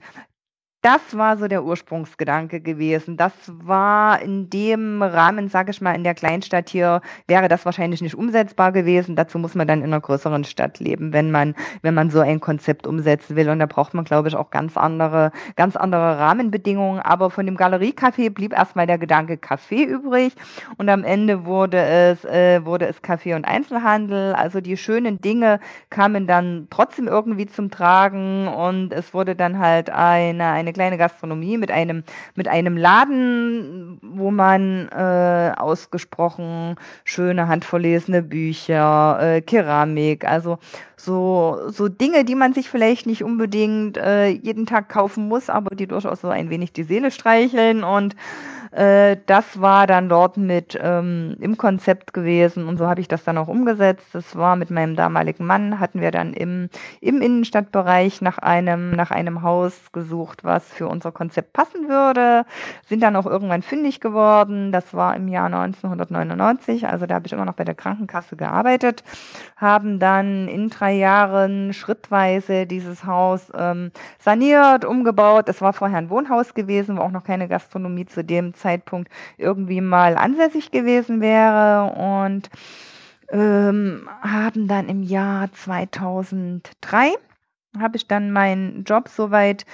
das war so der Ursprungsgedanke gewesen. Das war in dem Rahmen, sage ich mal, in der Kleinstadt hier, wäre das wahrscheinlich nicht umsetzbar gewesen. Dazu muss man dann in einer größeren Stadt leben, wenn man, wenn man so ein Konzept umsetzen will. Und da braucht man, glaube ich, auch ganz andere, ganz andere Rahmenbedingungen. Aber von dem Galeriecafé blieb erstmal der Gedanke Café übrig. Und am Ende wurde es, äh, wurde es Café und Einzelhandel. Also die schönen Dinge kamen dann trotzdem irgendwie zum Tragen. Und es wurde dann halt eine, eine kleine Gastronomie mit einem mit einem Laden, wo man äh, ausgesprochen schöne handverlesene Bücher, äh, Keramik, also so so Dinge, die man sich vielleicht nicht unbedingt äh, jeden Tag kaufen muss, aber die durchaus so ein wenig die Seele streicheln und äh, das war dann dort mit ähm, im Konzept gewesen und so habe ich das dann auch umgesetzt. Das war mit meinem damaligen Mann, hatten wir dann im im Innenstadtbereich nach einem nach einem Haus gesucht, was für unser Konzept passen würde, sind dann auch irgendwann fündig geworden. Das war im Jahr neunzehnhundertneunundneunzig, also da habe ich immer noch bei der Krankenkasse gearbeitet, haben dann in drei Jahren schrittweise dieses Haus ähm, saniert, umgebaut. Es war vorher ein Wohnhaus gewesen, wo auch noch keine Gastronomie zu dem Zeitpunkt irgendwie mal ansässig gewesen wäre und ähm, haben dann im Jahr zweitausenddrei habe ich dann meinen Job soweit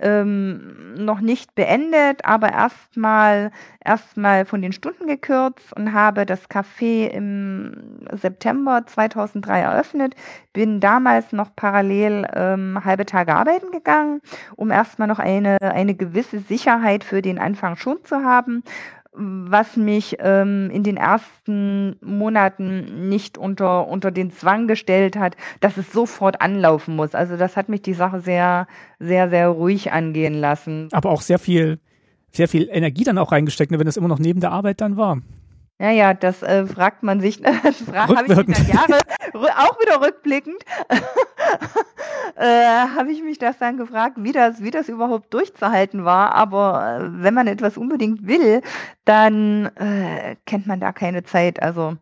ähm, noch nicht beendet, aber erstmal erstmal von den Stunden gekürzt und habe das Café im September zweitausenddrei eröffnet. Bin damals noch parallel ähm, halbe Tage arbeiten gegangen, um erstmal noch eine eine gewisse Sicherheit für den Anfang schon zu haben, was mich ähm, in den ersten Monaten nicht unter unter den Zwang gestellt hat, dass es sofort anlaufen muss. Also das hat mich die Sache sehr, sehr, sehr ruhig angehen lassen. Aber auch sehr viel, sehr viel Energie dann auch reingesteckt, ne, wenn das immer noch neben der Arbeit dann war. Ja, ja, das äh, fragt man sich, das frage habe ich mich dann Jahre, auch wieder rückblickend, äh, habe ich mich das dann gefragt, wie das, wie das überhaupt durchzuhalten war. Aber äh, wenn man etwas unbedingt will, dann äh, kennt man da keine Zeit. Also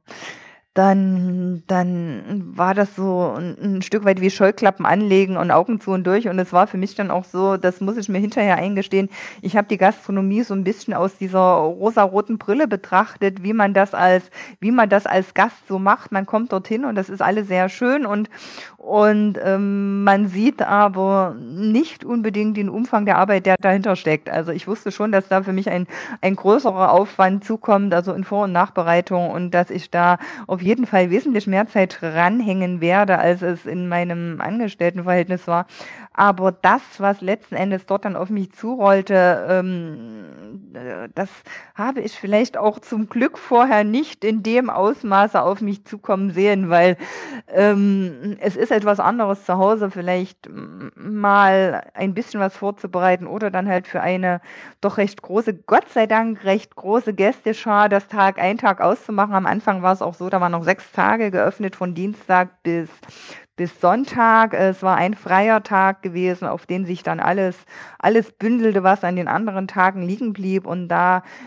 dann, dann war das so ein, ein Stück weit wie Scheuklappen anlegen und Augen zu und durch. Und es war für mich dann auch so, das muss ich mir hinterher eingestehen, ich habe die Gastronomie so ein bisschen aus dieser rosaroten Brille betrachtet, wie man das als, wie man das als Gast so macht. Man kommt dorthin und das ist alles sehr schön und, und ähm, man sieht aber nicht unbedingt den Umfang der Arbeit, der dahinter steckt. Also ich wusste schon, dass da für mich ein, ein größerer Aufwand zukommt, also in Vor- und Nachbereitung und dass ich da auf jeden Fall wesentlich mehr Zeit ranhängen werde, als es in meinem Angestelltenverhältnis war. Aber das, was letzten Endes dort dann auf mich zurollte, ähm, das habe ich vielleicht auch zum Glück vorher nicht in dem Ausmaße auf mich zukommen sehen, weil ähm, es ist etwas anderes zu Hause, vielleicht mal ein bisschen was vorzubereiten oder dann halt für eine doch recht große, Gott sei Dank recht große Gästeschar das Tag ein, Tag auszumachen. Am Anfang war es auch so, da waren noch sechs Tage geöffnet von Dienstag bis bis Sonntag. Es war ein freier Tag gewesen, auf den sich dann alles alles bündelte, was an den anderen Tagen liegen blieb und da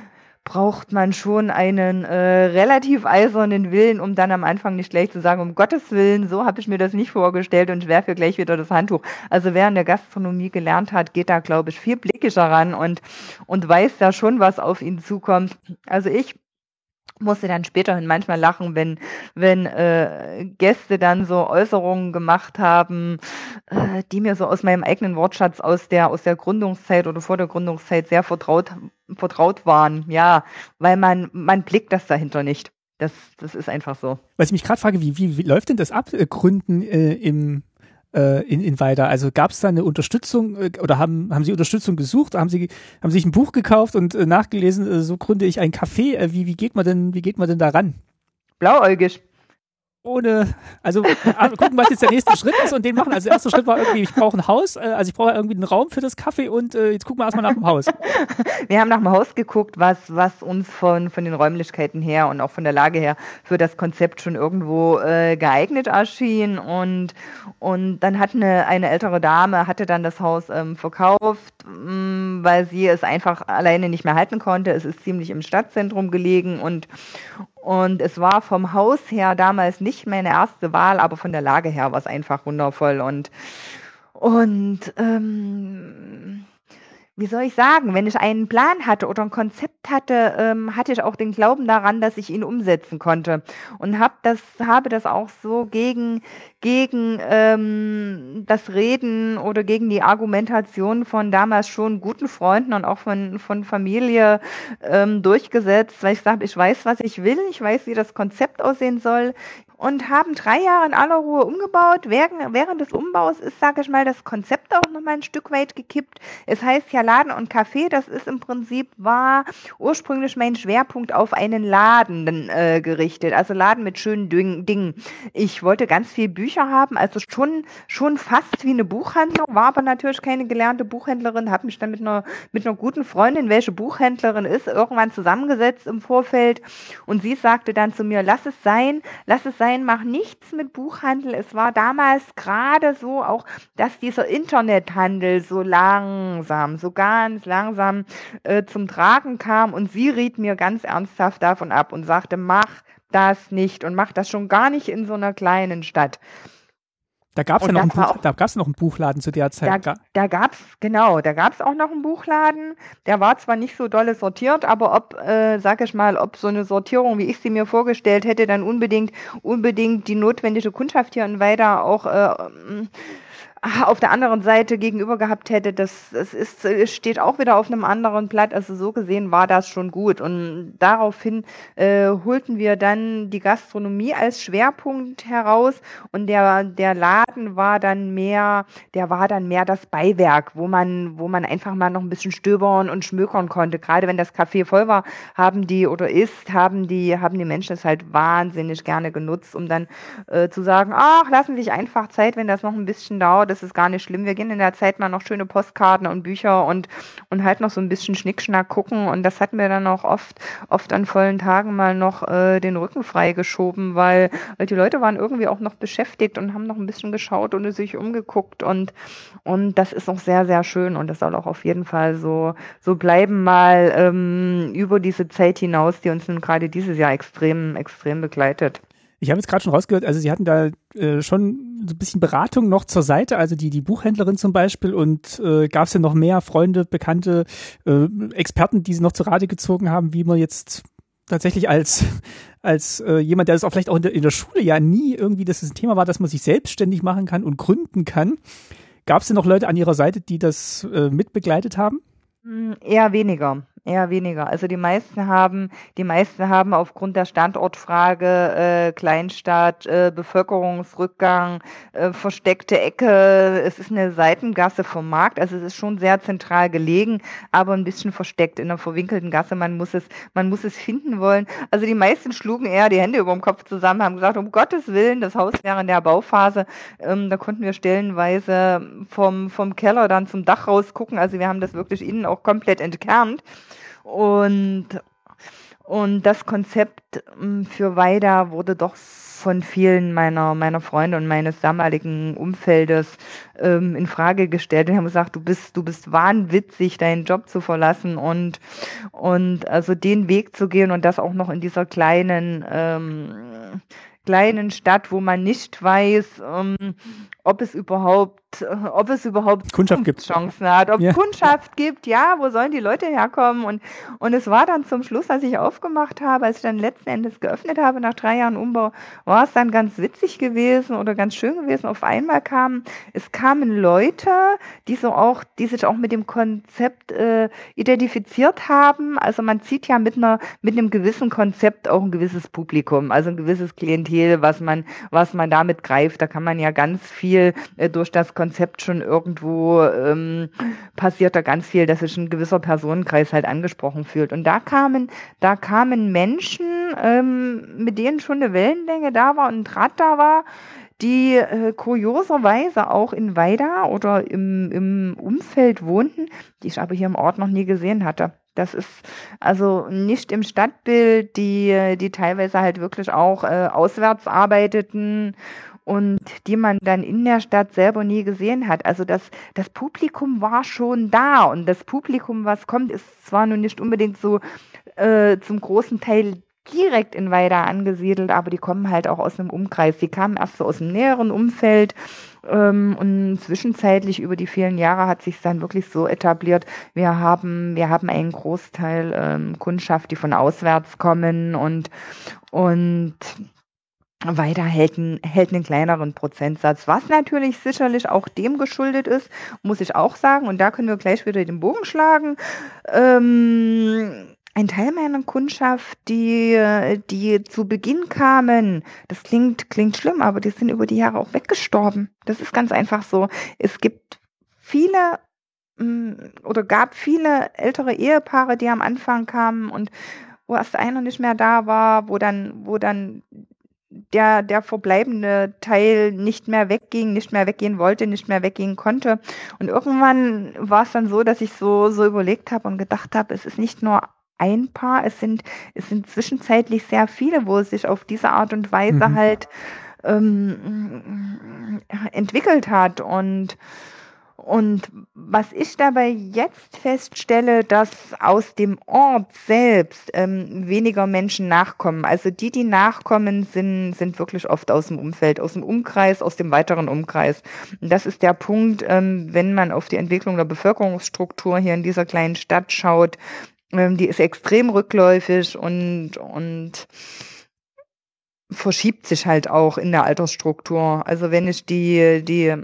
braucht man schon einen äh, relativ eisernen Willen, um dann am Anfang nicht gleich zu sagen, um Gottes Willen, so habe ich mir das nicht vorgestellt und ich werfe gleich wieder das Handtuch. Also wer in der Gastronomie gelernt hat, geht da, glaube ich, viel blickischer ran und, und weiß da schon, was auf ihn zukommt. Also ich musste dann späterhin manchmal lachen, wenn wenn äh, Gäste dann so Äußerungen gemacht haben, äh, die mir so aus meinem eigenen Wortschatz aus der aus der Gründungszeit oder vor der Gründungszeit sehr vertraut vertraut waren. Ja, weil man man blickt das dahinter nicht. Das das ist einfach so. Was ich mich gerade frage, wie, wie wie läuft denn das ab, äh, Gründen äh, im in, in Weida? Also gab es da eine Unterstützung oder haben haben Sie Unterstützung gesucht? Haben Sie haben Sie sich ein Buch gekauft und äh, nachgelesen, äh, so gründe ich ein Café? Äh, wie wie geht man denn wie geht man denn da ran? Blauäugig. Ohne, also gucken, was jetzt der nächste Schritt ist und den machen. Also der erste Schritt war irgendwie, ich brauche ein Haus, äh, also ich brauche irgendwie einen Raum für das Café und äh, jetzt gucken wir erstmal nach dem Haus. Wir haben nach dem Haus geguckt, was was uns von von den Räumlichkeiten her und auch von der Lage her für das Konzept schon irgendwo äh, geeignet erschien und und dann hat eine eine ältere Dame hatte dann das Haus ähm, verkauft, mh, weil sie es einfach alleine nicht mehr halten konnte. Es ist ziemlich im Stadtzentrum gelegen und Und es war vom Haus her damals nicht meine erste Wahl, aber von der Lage her war es einfach wundervoll. Und, und ähm, wie soll ich sagen, wenn ich einen Plan hatte oder ein Konzept hatte, ähm, hatte ich auch den Glauben daran, dass ich ihn umsetzen konnte. Und hab das, habe das auch so gegen, gegen ähm, das Reden oder gegen die Argumentation von damals schon guten Freunden und auch von, von Familie ähm, durchgesetzt, weil ich sage, ich weiß, was ich will, ich weiß, wie das Konzept aussehen soll. Und haben drei Jahre in aller Ruhe umgebaut. Während, während des Umbaus ist, sage ich mal, das Konzept auch noch mal ein Stück weit gekippt. Es heißt ja Laden und Café, das ist im Prinzip, war ursprünglich mein Schwerpunkt auf einen Laden äh, gerichtet. Also Laden mit schönen Dingen. Ich wollte ganz viel Bücher haben, also schon schon fast wie eine Buchhandlung, war aber natürlich keine gelernte Buchhändlerin, habe mich dann mit einer, mit einer guten Freundin, welche Buchhändlerin ist, irgendwann zusammengesetzt im Vorfeld. Und sie sagte dann zu mir, lass es sein, lass es sein, mach nichts mit Buchhandel. Es war damals gerade so auch, dass dieser Internethandel so langsam, so ganz langsam äh, zum Tragen kam und sie riet mir ganz ernsthaft davon ab und sagte, mach das nicht und mach das schon gar nicht in so einer kleinen Stadt. Da gab es ja noch, ein Buch, da gab's noch einen Buchladen zu der Zeit. Da, da gab's genau, da gab's auch noch einen Buchladen. Der war zwar nicht so dolle sortiert, aber ob, äh, sag ich mal, ob so eine Sortierung, wie ich sie mir vorgestellt hätte, dann unbedingt, unbedingt die notwendige Kundschaft hier in Weida auch äh, auf der anderen Seite gegenüber gehabt hätte, das, das ist, steht auch wieder auf einem anderen Blatt. Also so gesehen war das schon gut. Und daraufhin äh, holten wir dann die Gastronomie als Schwerpunkt heraus und der, der Laden war dann mehr, der war dann mehr das Beiwerk, wo man, wo man einfach mal noch ein bisschen stöbern und schmökern konnte. Gerade wenn das Café voll war, haben die oder ist, haben die, haben die Menschen es halt wahnsinnig gerne genutzt, um dann äh, zu sagen, ach, lassen Sie sich einfach Zeit, wenn das noch ein bisschen dauert. Das ist gar nicht schlimm. Wir gehen in der Zeit mal noch schöne Postkarten und Bücher und, und halt noch so ein bisschen Schnickschnack gucken. Und das hat mir dann auch oft, oft an vollen Tagen mal noch äh, den Rücken freigeschoben, weil, weil die Leute waren irgendwie auch noch beschäftigt und haben noch ein bisschen geschaut und sich umgeguckt. Und, und das ist auch sehr, sehr schön. Und das soll auch auf jeden Fall so, so bleiben mal ähm, über diese Zeit hinaus, die uns nun gerade dieses Jahr extrem, extrem begleitet. Ich habe jetzt gerade schon rausgehört, also Sie hatten da äh, schon so ein bisschen Beratung noch zur Seite, also die die Buchhändlerin zum Beispiel und äh, gab es ja noch mehr Freunde, Bekannte, äh, Experten, die Sie noch zu Rate gezogen haben, wie man jetzt tatsächlich als als äh, jemand, der das auch vielleicht auch in der, in der Schule ja nie irgendwie, dass es ein Thema war, dass man sich selbstständig machen kann und gründen kann. Gab es denn noch Leute an Ihrer Seite, die das äh, mitbegleitet haben? Eher weniger. Eher weniger. Also die meisten haben, die meisten haben aufgrund der Standortfrage, äh, Kleinstadt, äh, Bevölkerungsrückgang, äh, versteckte Ecke, es ist eine Seitengasse vom Markt, also es ist schon sehr zentral gelegen, aber ein bisschen versteckt in einer verwinkelten Gasse, man muss es, man muss es finden wollen. Also die meisten schlugen eher die Hände über dem Kopf zusammen, haben gesagt, um Gottes Willen, das Haus wäre in der Bauphase, ähm, da konnten wir stellenweise vom, vom Keller dann zum Dach rausgucken, also wir haben das wirklich innen auch komplett entkernt. Und, und das Konzept für Weida wurde doch von vielen meiner meiner Freunde und meines damaligen Umfeldes ähm, in Frage gestellt und haben gesagt, du bist du bist wahnwitzig, deinen Job zu verlassen und und also den Weg zu gehen und das auch noch in dieser kleinen ähm, kleinen Stadt, wo man nicht weiß, ähm, ob es überhaupt, äh, ob es überhaupt Kundschaft gibt. Chancen hat, ob es Ja. Kundschaft gibt, ja, wo sollen die Leute herkommen? Und, und es war dann zum Schluss, als ich aufgemacht habe, als ich dann letzten Endes geöffnet habe nach drei Jahren Umbau, war es dann ganz witzig gewesen oder ganz schön gewesen. Auf einmal kamen, es kamen Leute, die so auch, die sich auch mit dem Konzept äh, identifiziert haben. Also man zieht ja mit einer, mit einem gewissen Konzept auch ein gewisses Publikum, also ein gewisses Klientel, was man, was man damit greift. Da kann man ja ganz viel äh, durch das Konzept schon irgendwo ähm, passiert da ganz viel, dass sich ein gewisser Personenkreis halt angesprochen fühlt. Und da kamen, da kamen Menschen, ähm, mit denen schon eine Wellenlänge da war und ein Draht da war, die äh, kurioserweise auch in Weida oder im, im Umfeld wohnten, die ich aber hier im Ort noch nie gesehen hatte. Das ist also nicht im Stadtbild, die, die teilweise halt wirklich auch äh, auswärts arbeiteten und die man dann in der Stadt selber nie gesehen hat. Also das, das Publikum war schon da und das Publikum, was kommt, ist zwar nun nicht unbedingt so äh, zum großen Teil direkt in Weida angesiedelt, aber die kommen halt auch aus einem Umkreis. Die kamen erst so aus dem näheren Umfeld ähm, und zwischenzeitlich über die vielen Jahre hat sich dann wirklich so etabliert. Wir haben, wir haben einen Großteil ähm, Kundschaft, die von auswärts kommen und und Weida hält, ein, hält einen kleineren Prozentsatz, was natürlich sicherlich auch dem geschuldet ist, muss ich auch sagen. Und da können wir gleich wieder den Bogen schlagen. Ähm, Ein Teil meiner Kundschaft, die, die zu Beginn kamen, das klingt, klingt schlimm, aber die sind über die Jahre auch weggestorben. Das ist ganz einfach so. Es gibt viele oder gab viele ältere Ehepaare, die am Anfang kamen und wo erst einer nicht mehr da war, wo dann, wo dann der, der verbleibende Teil nicht mehr wegging, nicht mehr weggehen wollte, nicht mehr weggehen konnte. Und irgendwann war es dann so, dass ich so, so überlegt habe und gedacht habe, es ist nicht nur ein Paar, es sind, es sind zwischenzeitlich sehr viele, wo es sich auf diese Art und Weise mhm. halt ähm, entwickelt hat. Und, und was ich dabei jetzt feststelle, dass aus dem Ort selbst ähm, weniger Menschen nachkommen. Also die, die nachkommen, sind, sind wirklich oft aus dem Umfeld, aus dem Umkreis, aus dem weiteren Umkreis. Und das ist der Punkt, ähm, wenn man auf die Entwicklung der Bevölkerungsstruktur hier in dieser kleinen Stadt schaut, die ist extrem rückläufig und, und verschiebt sich halt auch in der Altersstruktur. Also wenn ich die, die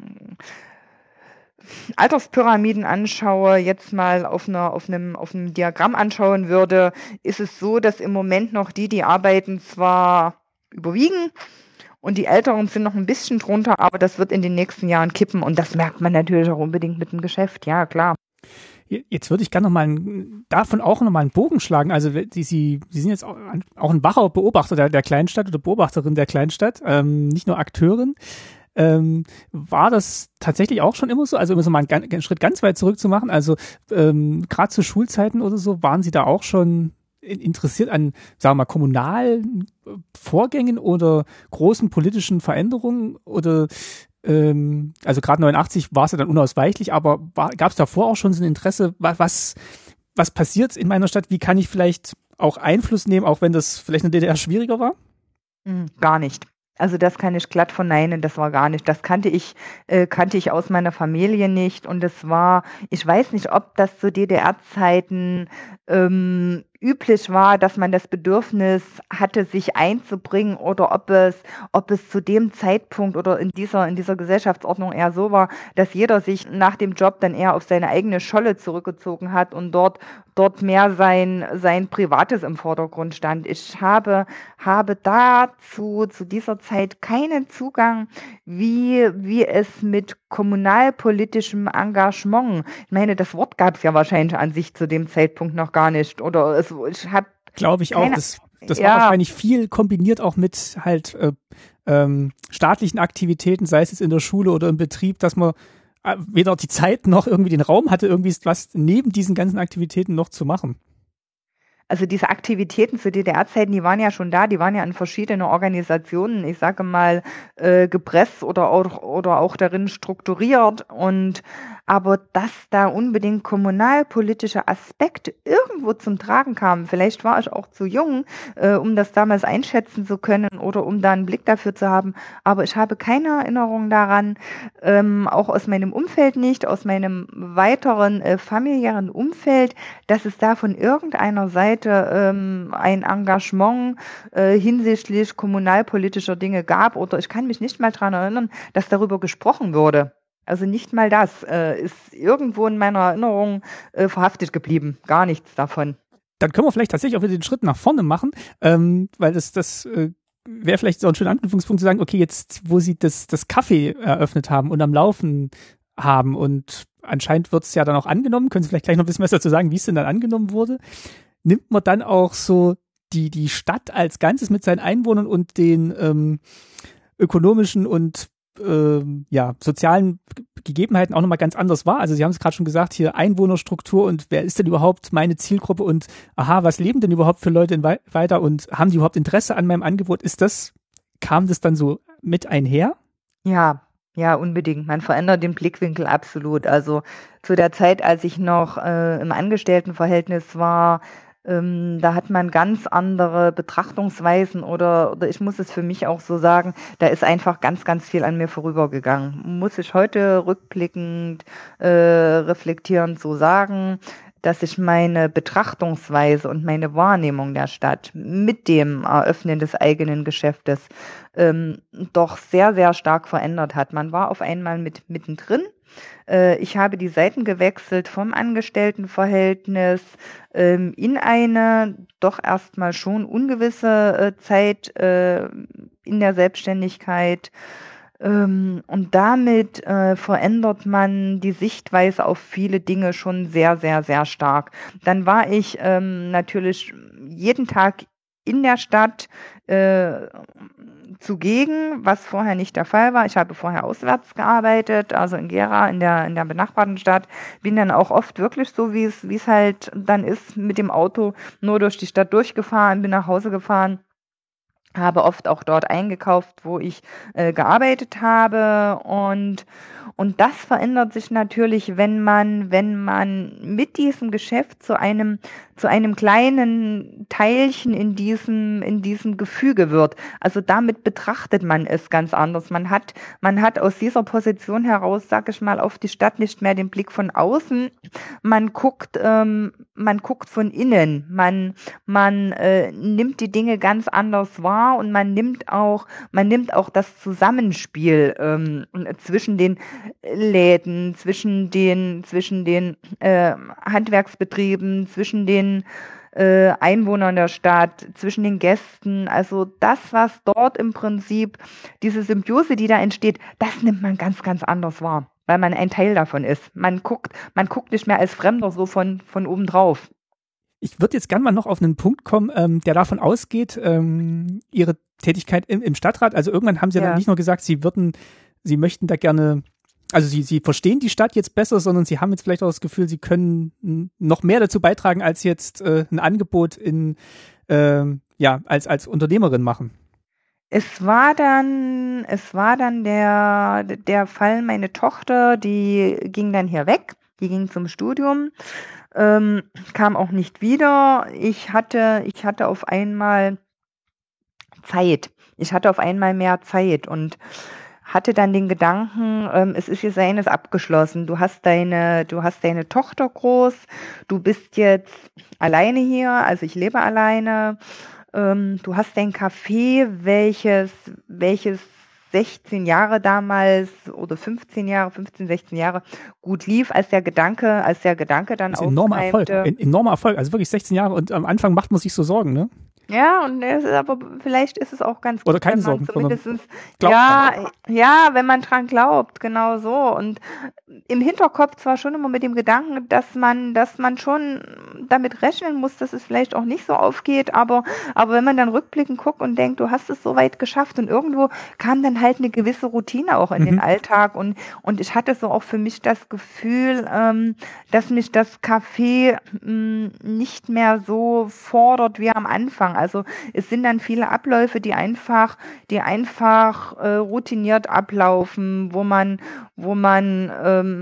Alterspyramiden anschaue, jetzt mal auf einer, auf einem, auf einem Diagramm anschauen würde, ist es so, dass im Moment noch die, die arbeiten, zwar überwiegen und die Älteren sind noch ein bisschen drunter, aber das wird in den nächsten Jahren kippen und das merkt man natürlich auch unbedingt mit dem Geschäft, ja klar. Jetzt würde ich gerne noch mal einen, davon auch noch mal einen Bogen schlagen. Also Sie, Sie, Sie sind jetzt auch, auch ein wacher Beobachter der, der Kleinstadt oder Beobachterin der Kleinstadt, ähm, nicht nur Akteurin. Ähm, war das tatsächlich auch schon immer so? Also um so mal einen, einen Schritt ganz weit zurück zu machen. Also ähm, gerade zu Schulzeiten oder so, waren Sie da auch schon interessiert an, sagen wir mal, kommunalen Vorgängen oder großen politischen Veränderungen oder also gerade neunundachtzig war es ja dann unausweichlich, aber gab es davor auch schon so ein Interesse, was, was passiert in meiner Stadt, wie kann ich vielleicht auch Einfluss nehmen, auch wenn das vielleicht in der D D R schwieriger war? Gar nicht. Also das kann ich glatt verneinen, das war gar nicht. Das kannte ich, äh, kannte ich aus meiner Familie nicht und es war, ich weiß nicht, ob das zu D D R-Zeiten ähm, üblich war, dass man das Bedürfnis hatte, sich einzubringen oder ob es, ob es zu dem Zeitpunkt oder in dieser, in dieser Gesellschaftsordnung eher so war, dass jeder sich nach dem Job dann eher auf seine eigene Scholle zurückgezogen hat und dort, dort mehr sein, sein Privates im Vordergrund stand. Ich habe, habe dazu, zu dieser Zeit keinen Zugang, wie, wie es mit kommunalpolitischem Engagement, ich meine, das Wort gab es ja wahrscheinlich an sich zu dem Zeitpunkt noch gar nicht, oder es, ich habe glaube ich auch, das, das ja. war wahrscheinlich viel kombiniert auch mit halt äh, ähm, staatlichen Aktivitäten, sei es jetzt in der Schule oder im Betrieb, dass man äh, weder die Zeit noch irgendwie den Raum hatte, irgendwie was neben diesen ganzen Aktivitäten noch zu machen. also diese Aktivitäten zu D D R-Zeiten, die waren ja schon da, die waren ja in verschiedene Organisationen, ich sage mal, äh, gepresst oder auch, oder auch darin strukturiert. Und aber dass da unbedingt kommunalpolitische Aspekte irgendwo zum Tragen kamen, vielleicht war ich auch zu jung, äh, um das damals einschätzen zu können oder um da einen Blick dafür zu haben, aber ich habe keine Erinnerung daran, ähm, auch aus meinem Umfeld nicht, aus meinem weiteren äh, familiären Umfeld, dass es da von irgendeiner Seite ähm, ein Engagement äh, hinsichtlich kommunalpolitischer Dinge gab, oder ich kann mich nicht mal daran erinnern, dass darüber gesprochen wurde. Also nicht mal das äh, ist irgendwo in meiner Erinnerung äh, verhaftet geblieben. Gar nichts davon. Dann können wir vielleicht tatsächlich auch wieder den Schritt nach vorne machen, ähm, weil das, das äh, wäre vielleicht so ein schöner Anknüpfungspunkt zu sagen, okay, jetzt, wo sie das, das Café eröffnet haben und am Laufen haben und anscheinend wird es ja dann auch angenommen, können Sie vielleicht gleich noch ein bisschen was dazu sagen, wie es denn dann angenommen wurde, nimmt man dann auch so die, die Stadt als Ganzes mit seinen Einwohnern und den ähm, ökonomischen und ähm, ja, sozialen Gegebenheiten auch nochmal ganz anders wahr. Also Sie haben es gerade schon gesagt, hier Einwohnerstruktur und wer ist denn überhaupt meine Zielgruppe und aha, was leben denn überhaupt für Leute in weiter und haben die überhaupt Interesse an meinem Angebot? Ist das, kam das dann so mit einher? Ja, ja, unbedingt. Man verändert den Blickwinkel absolut. Also zu der Zeit, als ich noch äh, im Angestelltenverhältnis war, Ähm, da hat man ganz andere Betrachtungsweisen oder, oder ich muss es für mich auch so sagen, da ist einfach ganz, ganz viel an mir vorübergegangen. Muss ich heute rückblickend, äh, reflektierend so sagen, dass ich meine Betrachtungsweise und meine Wahrnehmung der Stadt mit dem Eröffnen des eigenen Geschäftes ähm, doch sehr, sehr stark verändert hat. Man war auf einmal mit mittendrin. Ich habe die Seiten gewechselt vom Angestelltenverhältnis ähm, in eine doch erstmal schon ungewisse äh, Zeit äh, in der Selbstständigkeit. Ähm, und damit äh, verändert man die Sichtweise auf viele Dinge schon sehr, sehr, sehr stark. Dann war ich ähm, natürlich jeden Tag in der Stadt äh, zugegen, was vorher nicht der Fall war. Ich habe vorher auswärts gearbeitet, also in Gera, in der in der benachbarten Stadt. Bin dann auch oft wirklich so, wie es wie es halt dann ist, mit dem Auto nur durch die Stadt durchgefahren, bin nach Hause gefahren, habe oft auch dort eingekauft, wo ich äh, gearbeitet habe und und das verändert sich natürlich, wenn man, wenn man mit diesem Geschäft zu einem, zu einem kleinen Teilchen in diesem, in diesem Gefüge wird. Also damit betrachtet man es ganz anders. Man hat, man hat aus dieser Position heraus, sag ich mal, auf die Stadt nicht mehr den Blick von außen. Man guckt, ähm, man guckt von innen. Man, man äh, nimmt die Dinge ganz anders wahr und man nimmt auch, man nimmt auch das Zusammenspiel ähm, zwischen den Läden, zwischen den, zwischen den äh, Handwerksbetrieben, zwischen den äh, Einwohnern der Stadt, zwischen den Gästen. Also das, was dort im Prinzip, diese Symbiose, die da entsteht, das nimmt man ganz, ganz anders wahr, weil man ein Teil davon ist. Man guckt, man guckt nicht mehr als Fremder so von, von oben drauf. Ich würde jetzt gerne mal noch auf einen Punkt kommen, ähm, der davon ausgeht, ähm, Ihre Tätigkeit im, im Stadtrat. Also irgendwann haben Sie ja dann nicht nur gesagt, Sie würden, Sie möchten da gerne, also Sie, Sie verstehen die Stadt jetzt besser, sondern Sie haben jetzt vielleicht auch das Gefühl, Sie können noch mehr dazu beitragen, als jetzt äh, ein Angebot in, äh, ja, als, als Unternehmerin machen. Es war dann, es war dann der, der Fall, meine Tochter, die ging dann hier weg, die ging zum Studium. Ähm, kam auch nicht wieder. Ich hatte, ich hatte auf einmal Zeit. Ich hatte auf einmal mehr Zeit und hatte dann den Gedanken, ähm, es ist jetzt eines abgeschlossen. Du hast deine, du hast deine Tochter groß. Du bist jetzt alleine hier. Also ich lebe alleine. Ähm, du hast dein Café, welches, welches sechzehn Jahre damals oder fünfzehn Jahre, fünfzehn, sechzehn Jahre gut lief, als der Gedanke, als der Gedanke dann aufkeimte. Enormer Erfolg, ein enormer Erfolg, also wirklich sechzehn Jahre und am Anfang macht man sich so Sorgen, ne? Ja, und es ist aber vielleicht ist es auch ganz gut, Oder keine wenn man Sorgen, zumindest glaubt ja, ja, wenn man dran glaubt, genau so. Und im Hinterkopf zwar schon immer mit dem Gedanken, dass man, dass man schon damit rechnen muss, dass es vielleicht auch nicht so aufgeht, aber, aber wenn man dann rückblickend guckt und denkt, du hast es so weit geschafft und irgendwo kam dann halt eine gewisse Routine auch in Mhm. den Alltag und, und ich hatte so auch für mich das Gefühl, ähm, dass mich das Café mh, nicht mehr so fordert wie am Anfang. Also es sind dann viele Abläufe, die einfach, die einfach äh, routiniert ablaufen, wo man, wo man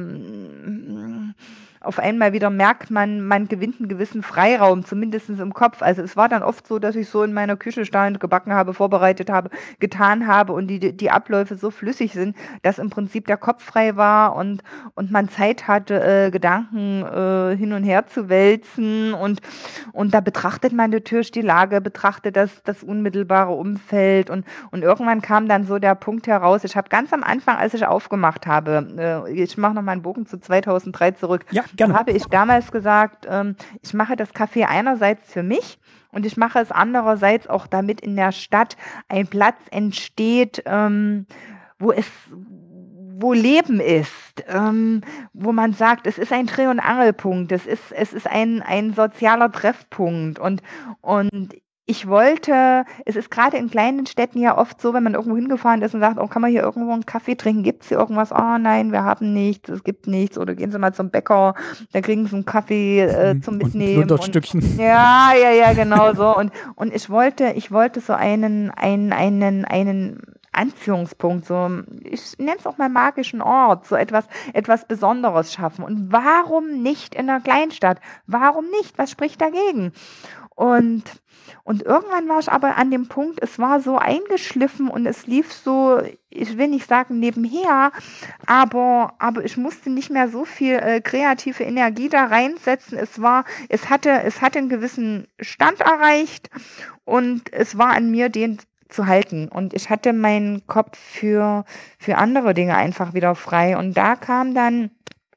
ähm, auf einmal wieder merkt, man, man gewinnt einen gewissen Freiraum, zumindest im Kopf. Also es war dann oft so, dass ich so in meiner Küche stand, gebacken habe, vorbereitet habe, getan habe und die, die Abläufe so flüssig sind, dass im Prinzip der Kopf frei war und, und man Zeit hatte, äh, Gedanken äh, hin und her zu wälzen und, und da betrachtet man natürlich die Lage, betrachtet das, das unmittelbare Umfeld und, und irgendwann kam dann so der Punkt heraus, ich habe ganz am Anfang, als ich aufgemacht habe, äh, ich mache noch mal einen Bogen zu zweitausenddrei zurück, Ja, da gerne. habe ich damals gesagt, ähm, ich mache das Café einerseits für mich und ich mache es andererseits auch, damit in der Stadt ein Platz entsteht, ähm, wo es wo Leben ist, ähm, wo man sagt, es ist ein Dreh- und Angelpunkt, es ist, es ist ein, ein sozialer Treffpunkt und, und ich wollte, es ist gerade in kleinen Städten ja oft so, wenn man irgendwo hingefahren ist und sagt, oh, kann man hier irgendwo einen Kaffee trinken? Gibt es hier irgendwas? Oh nein, wir haben nichts, es gibt nichts. Oder gehen Sie mal zum Bäcker, da kriegen Sie einen Kaffee äh, zum Mitnehmen. Und ein Stückchen. Ja, ja, ja, genau so. Und, und ich wollte, ich wollte so einen, einen, einen, einen Anziehungspunkt, so, ich nenne es auch mal magischen Ort, so etwas, etwas Besonderes schaffen. Und warum nicht in einer Kleinstadt? Warum nicht? Was spricht dagegen? Und, und irgendwann war ich aber an dem Punkt, es war so eingeschliffen und es lief so, ich will nicht sagen nebenher, aber, aber ich musste nicht mehr so viel äh, kreative Energie da reinsetzen. Es war, es hatte, es hatte einen gewissen Stand erreicht und es war an mir, den zu halten. Und ich hatte meinen Kopf für, für andere Dinge einfach wieder frei. Und da kam dann,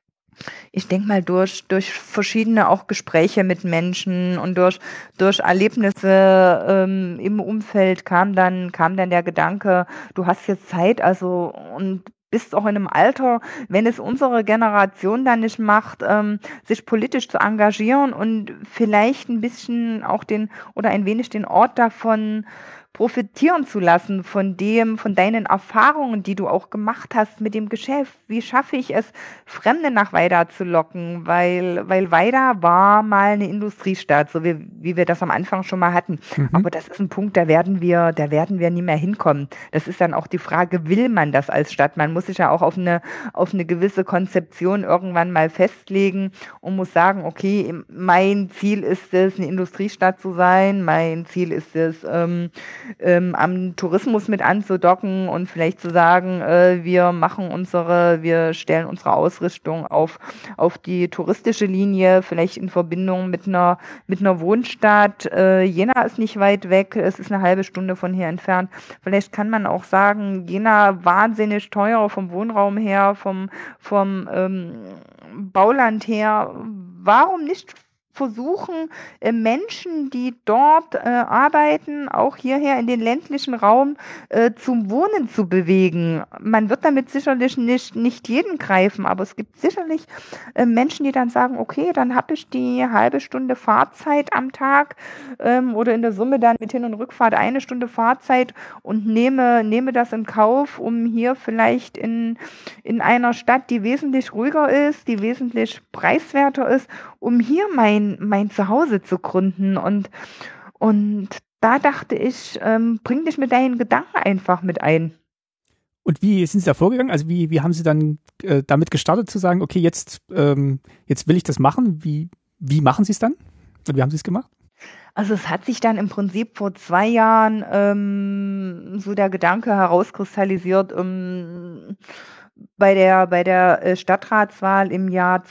ich denke mal, durch, durch verschiedene auch Gespräche mit Menschen und durch, durch Erlebnisse ähm, im Umfeld kam dann, kam dann der Gedanke, du hast jetzt Zeit, also und bist auch in einem Alter, wenn es unsere Generation dann nicht macht, ähm, sich politisch zu engagieren und vielleicht ein bisschen auch den oder ein wenig den Ort davon profitieren zu lassen von dem, von deinen Erfahrungen, die du auch gemacht hast mit dem Geschäft. Wie schaffe ich es, Fremde nach Weida zu locken? Weil, weil Weida war mal eine Industriestadt, so wie, wie wir das am Anfang schon mal hatten. Mhm. Aber das ist ein Punkt, da werden wir, da werden wir nie mehr hinkommen. Das ist dann auch die Frage, will man das als Stadt? Man muss sich ja auch auf eine, auf eine gewisse Konzeption irgendwann mal festlegen und muss sagen, okay, mein Ziel ist es, eine Industriestadt zu sein. Mein Ziel ist es, ähm, Ähm, am Tourismus mit anzudocken und vielleicht zu sagen, äh, wir machen unsere, wir stellen unsere Ausrichtung auf, auf die touristische Linie, vielleicht in Verbindung mit einer, mit einer Wohnstadt. Äh, Jena ist nicht weit weg, es ist eine halbe Stunde von hier entfernt. Vielleicht kann man auch sagen, Jena wahnsinnig teuer vom Wohnraum her, vom, vom ähm, Bauland her. Warum nicht versuchen, äh, Menschen, die dort äh, arbeiten, auch hierher in den ländlichen Raum äh, zum Wohnen zu bewegen. Man wird damit sicherlich nicht, nicht jeden greifen, aber es gibt sicherlich äh, Menschen, die dann sagen, okay, dann habe ich die halbe Stunde Fahrzeit am Tag ähm, oder in der Summe dann mit Hin- und Rückfahrt eine Stunde Fahrzeit und nehme, nehme das in Kauf, um hier vielleicht in, in einer Stadt, die wesentlich ruhiger ist, die wesentlich preiswerter ist, um hier mein mein Zuhause zu gründen und und da dachte ich, ähm, bring dich mit deinen Gedanken einfach mit ein. Und wie sind Sie da vorgegangen? Also wie, wie haben Sie dann äh, damit gestartet zu sagen, okay, jetzt, ähm, jetzt will ich das machen? Wie, wie machen Sie es dann? Und wie haben Sie es gemacht? Also es hat sich dann im Prinzip vor zwei Jahren ähm, so der Gedanke herauskristallisiert, um bei der bei der Stadtratswahl im Jahr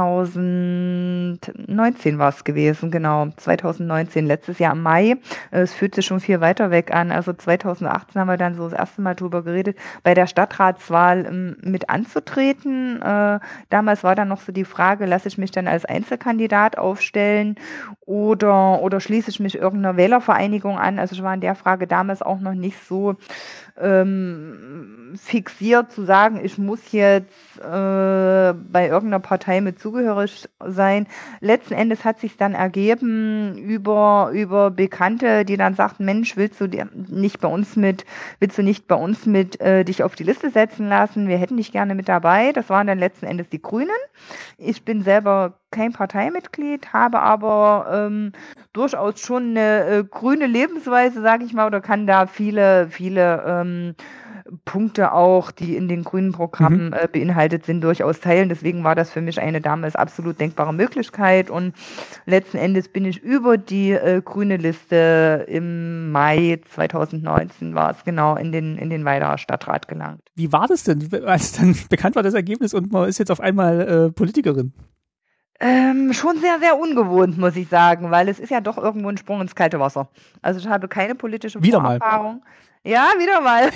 zweitausendneunzehn war es gewesen, genau, zweitausendneunzehn, letztes Jahr im Mai. Es fühlt sich schon viel weiter weg an. Also zweitausendachtzehn haben wir dann so das erste Mal drüber geredet, bei der Stadtratswahl ähm, mit anzutreten. Äh, damals war dann noch so die Frage, lasse ich mich dann als Einzelkandidat aufstellen oder, oder schließe ich mich irgendeiner Wählervereinigung an? Also ich war in der Frage damals auch noch nicht so ähm, fixiert zu sagen, ich muss jetzt äh, bei irgendeiner Partei mit zugehörig sein. Letzten Endes hat sich dann ergeben über über Bekannte, die dann sagten, Mensch, willst du nicht bei uns mit, willst du nicht bei uns mit äh, dich auf die Liste setzen lassen? Wir hätten dich gerne mit dabei. Das waren dann letzten Endes die Grünen. Ich bin selber kein Parteimitglied, habe aber ähm, durchaus schon eine äh, grüne Lebensweise, sage ich mal, oder kann da viele, viele ähm, Punkte auch, die in den grünen Programmen Mhm. äh, beinhaltet sind, durchaus teilen. Deswegen war das für mich eine damals absolut denkbare Möglichkeit und letzten Endes bin ich über die äh, grüne Liste im Mai zweitausendneunzehn war es genau in den, in den Weiderer Stadtrat gelangt. Wie war das denn, als dann bekannt war das Ergebnis und man ist jetzt auf einmal äh, Politikerin? Ähm, schon sehr, sehr ungewohnt, muss ich sagen, weil es ist ja doch irgendwo ein Sprung ins kalte Wasser. Also ich habe keine politische Wieder mal. Vorerfahrung. Ja, wieder mal.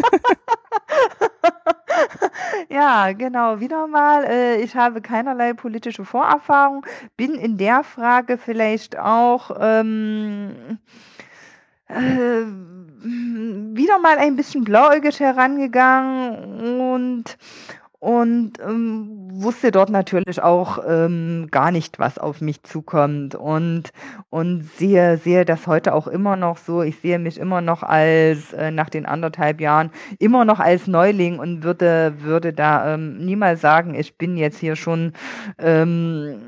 Ja, genau, wieder mal. Äh, ich habe keinerlei politische Vorerfahrung, bin in der Frage vielleicht auch ähm, äh, wieder mal ein bisschen blauäugig herangegangen und und ähm, wusste dort natürlich auch ähm, gar nicht, was auf mich zukommt und und sehe sehe das heute auch immer noch so. Ich sehe mich immer noch als äh, nach den anderthalb Jahren immer noch als Neuling und würde würde da ähm, niemals sagen, ich bin jetzt hier schon ähm,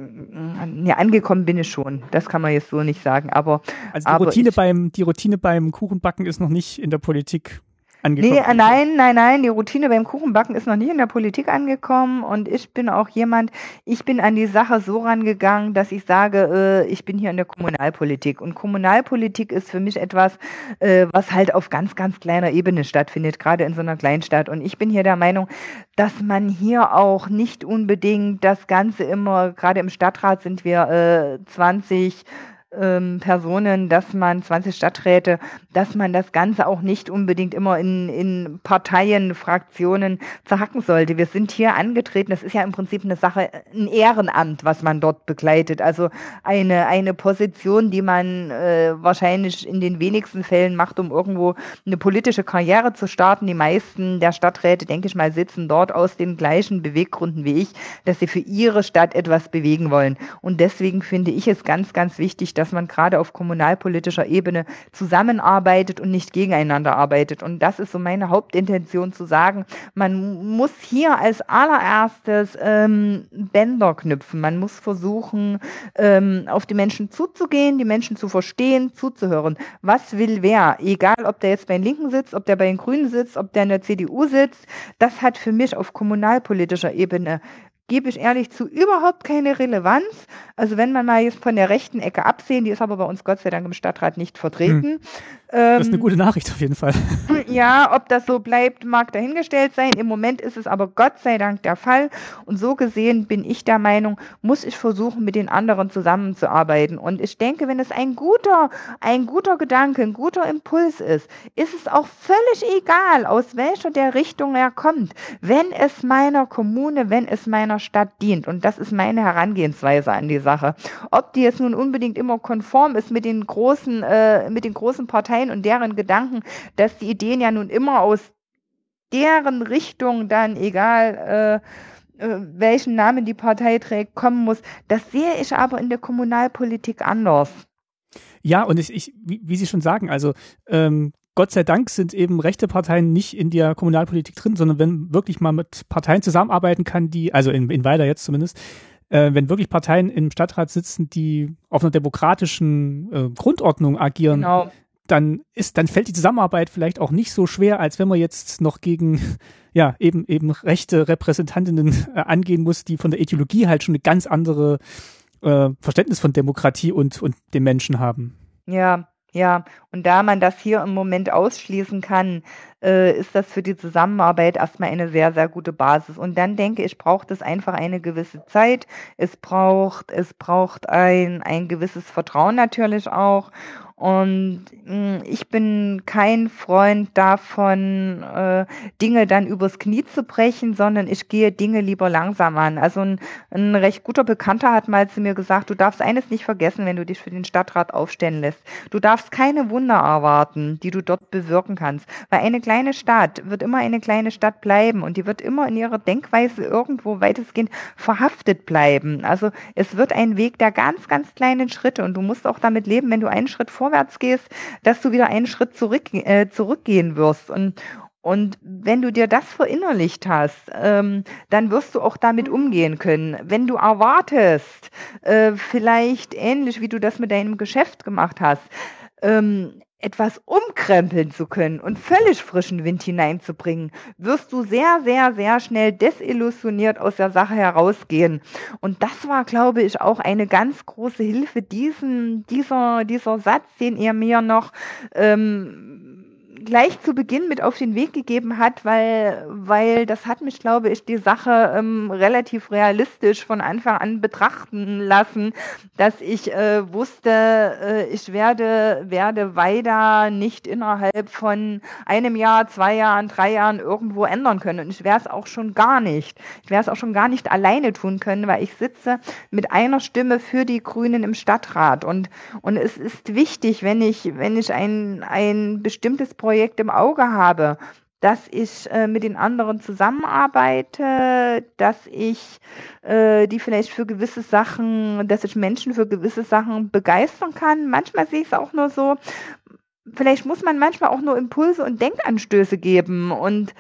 ja, angekommen bin ich schon. Das kann man jetzt so nicht sagen. Aber Also die aber Routine ich, beim die Routine beim Kuchenbacken ist noch nicht in der Politik Nee, angekommen. äh, nein, nein, nein, die Routine beim Kuchenbacken ist noch nicht in der Politik angekommen und ich bin auch jemand, ich bin an die Sache so rangegangen, dass ich sage, äh, ich bin hier in der Kommunalpolitik und Kommunalpolitik ist für mich etwas, äh, was halt auf ganz, ganz kleiner Ebene stattfindet, gerade in so einer Kleinstadt und ich bin hier der Meinung, dass man hier auch nicht unbedingt das Ganze immer, gerade im Stadtrat sind wir äh, zwanzig ähm, Personen, dass man zwanzig Stadträte, dass man das Ganze auch nicht unbedingt immer in, in Parteien, Fraktionen zerhacken sollte. Wir sind hier angetreten, das ist ja im Prinzip eine Sache, ein Ehrenamt, was man dort begleitet. Also eine, eine Position, die man äh, wahrscheinlich in den wenigsten Fällen macht, um irgendwo eine politische Karriere zu starten. Die meisten der Stadträte, denke ich mal, sitzen dort aus den gleichen Beweggründen wie ich, dass sie für ihre Stadt etwas bewegen wollen. Und deswegen finde ich es ganz, ganz wichtig, dass man gerade auf kommunalpolitischer Ebene zusammenarbeitet und nicht gegeneinander arbeitet. Und das ist so meine Hauptintention zu sagen, man muss hier als allererstes ähm, Bänder knüpfen. Man muss versuchen, ähm, auf die Menschen zuzugehen, die Menschen zu verstehen, zuzuhören. Was will wer? Egal, ob der jetzt bei den Linken sitzt, ob der bei den Grünen sitzt, ob der in der C D U sitzt. Das hat für mich auf kommunalpolitischer Ebene, gebe ich ehrlich zu, überhaupt keine Relevanz. Also wenn man mal jetzt von der rechten Ecke absehen, die ist aber bei uns Gott sei Dank im Stadtrat nicht vertreten. Hm. Das ist eine gute Nachricht auf jeden Fall. Ja, ob das so bleibt, mag dahingestellt sein. Im Moment ist es aber Gott sei Dank der Fall. Und so gesehen bin ich der Meinung, muss ich versuchen, mit den anderen zusammenzuarbeiten. Und ich denke, wenn es ein guter, ein guter Gedanke, ein guter Impuls ist, ist es auch völlig egal, aus welcher der Richtung er kommt, wenn es meiner Kommune, wenn es meiner Stadt dient. Und das ist meine Herangehensweise an die Sache. Ob die jetzt nun unbedingt immer konform ist mit den großen, äh, mit den großen Parteien und deren Gedanken, dass die Ideen ja nun immer aus deren Richtung dann, egal äh, äh, welchen Namen die Partei trägt, kommen muss. Das sehe ich aber in der Kommunalpolitik anders. Ja, und ich, ich wie, wie Sie schon sagen, also ähm, Gott sei Dank sind eben rechte Parteien nicht in der Kommunalpolitik drin, sondern wenn wirklich mal mit Parteien zusammenarbeiten kann, die, also in, in Weiler jetzt zumindest, äh, wenn wirklich Parteien im Stadtrat sitzen, die auf einer demokratischen äh, Grundordnung agieren, genau. dann ist, dann fällt die Zusammenarbeit vielleicht auch nicht so schwer, als wenn man jetzt noch gegen, ja, eben, eben rechte Repräsentantinnen äh, angehen muss, die von der Ideologie halt schon eine ganz andere äh, Verständnis von Demokratie und, und dem Menschen haben. Ja, ja. Und da man das hier im Moment ausschließen kann, äh, ist das für die Zusammenarbeit erstmal eine sehr, sehr gute Basis. Und dann denke ich, braucht es einfach eine gewisse Zeit. Es braucht, es braucht ein, ein gewisses Vertrauen natürlich auch. Und mh, ich bin kein Freund davon, äh, Dinge dann übers Knie zu brechen, sondern ich gehe Dinge lieber langsam an. Also ein, ein recht guter Bekannter hat mal zu mir gesagt, du darfst eines nicht vergessen, wenn du dich für den Stadtrat aufstellen lässt. Du darfst keine Wunder erwarten, die du dort bewirken kannst. Weil eine kleine Stadt wird immer eine kleine Stadt bleiben und die wird immer in ihrer Denkweise irgendwo weitestgehend verhaftet bleiben. Also es wird ein Weg der ganz, ganz kleinen Schritte und du musst auch damit leben, wenn du einen Schritt vorwärts gehst, dass du wieder einen Schritt zurück, äh, zurückgehen wirst. Und Und wenn du dir das verinnerlicht hast, ähm, dann wirst du auch damit umgehen können. Wenn du erwartest, äh, vielleicht ähnlich wie du das mit deinem Geschäft gemacht hast, ähm, etwas umkrempeln zu können und völlig frischen Wind hineinzubringen, wirst du sehr, sehr, sehr schnell desillusioniert aus der Sache herausgehen. Und das war, glaube ich, auch eine ganz große Hilfe, diesen, dieser, dieser Satz, den er mir noch ähm, gleich zu Beginn mit auf den Weg gegeben hat, weil, weil das hat mich, glaube ich, die Sache ähm, relativ realistisch von Anfang an betrachten lassen, dass ich äh, wusste, äh, ich werde, werde weiter nicht innerhalb von einem Jahr, zwei Jahren, drei Jahren irgendwo ändern können. Und ich werde es auch schon gar nicht. Ich werde es auch schon gar nicht alleine tun können, weil ich sitze mit einer Stimme für die Grünen im Stadtrat. Und, und es ist wichtig, wenn ich, wenn ich ein, ein bestimmtes Projekt im Auge habe, dass ich äh, mit den anderen zusammenarbeite, dass ich äh, die vielleicht für gewisse Sachen, dass ich Menschen für gewisse Sachen begeistern kann. Manchmal sehe ich es auch nur so, vielleicht muss man manchmal auch nur Impulse und Denkanstöße geben und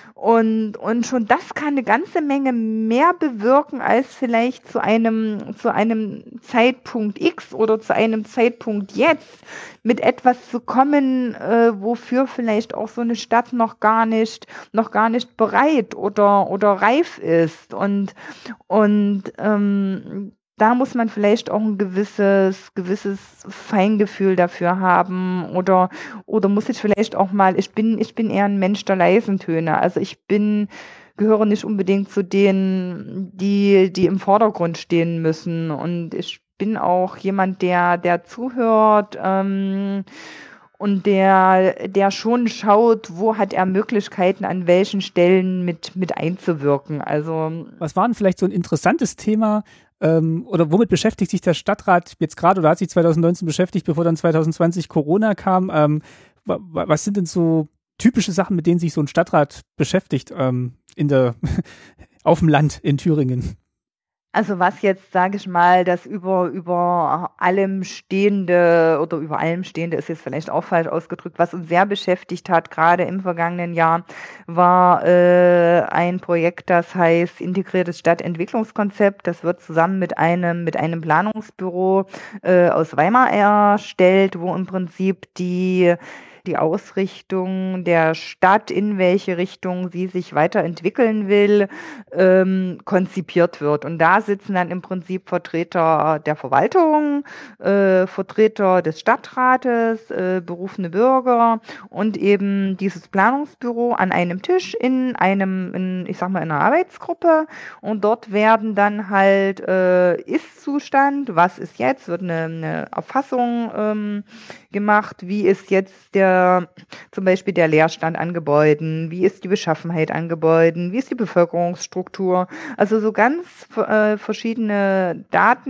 Und, und schon das kann eine ganze Menge mehr bewirken, als vielleicht zu einem, zu einem Zeitpunkt X oder zu einem Zeitpunkt jetzt mit etwas zu kommen, äh, wofür vielleicht auch so eine Stadt noch gar nicht, noch gar nicht bereit oder, oder reif ist. Und, und, ähm, da muss man vielleicht auch ein gewisses, gewisses Feingefühl dafür haben oder, oder muss ich vielleicht auch mal, ich bin, ich bin eher ein Mensch der leisen Töne. Also ich bin, gehöre nicht unbedingt zu denen, die, die im Vordergrund stehen müssen. Und ich bin auch jemand, der, der zuhört, ähm, und der, der schon schaut, wo hat er Möglichkeiten, an welchen Stellen mit, mit einzuwirken. Also. Was war denn vielleicht so ein interessantes Thema, ähm, oder womit beschäftigt sich der Stadtrat jetzt gerade oder hat sich zwanzig neunzehn beschäftigt, bevor dann zwanzig zwanzig Corona kam? Ähm, wa- was sind denn so typische Sachen, mit denen sich so ein Stadtrat beschäftigt, ähm, in der, auf dem Land in Thüringen? Also was jetzt, sage ich mal, das über über allem Stehende oder über allem Stehende ist jetzt vielleicht auch falsch ausgedrückt, was uns sehr beschäftigt hat, gerade im vergangenen Jahr, war äh, ein Projekt, das heißt Integriertes Stadtentwicklungskonzept. Das wird zusammen mit einem mit einem Planungsbüro äh, aus Weimar erstellt, wo im Prinzip die die Ausrichtung der Stadt, in welche Richtung sie sich weiterentwickeln will, ähm, konzipiert wird. Und da sitzen dann im Prinzip Vertreter der Verwaltung, äh, Vertreter des Stadtrates, äh, berufene Bürger und eben dieses Planungsbüro an einem Tisch in einem, in, ich sag mal, in einer Arbeitsgruppe. Und dort werden dann halt äh, Ist-Zustand, was ist jetzt, wird eine, eine Erfassung ähm, gemacht, wie ist jetzt der zum Beispiel der Leerstand an Gebäuden, wie ist die Beschaffenheit an Gebäuden, wie ist die Bevölkerungsstruktur, also so ganz äh, verschiedene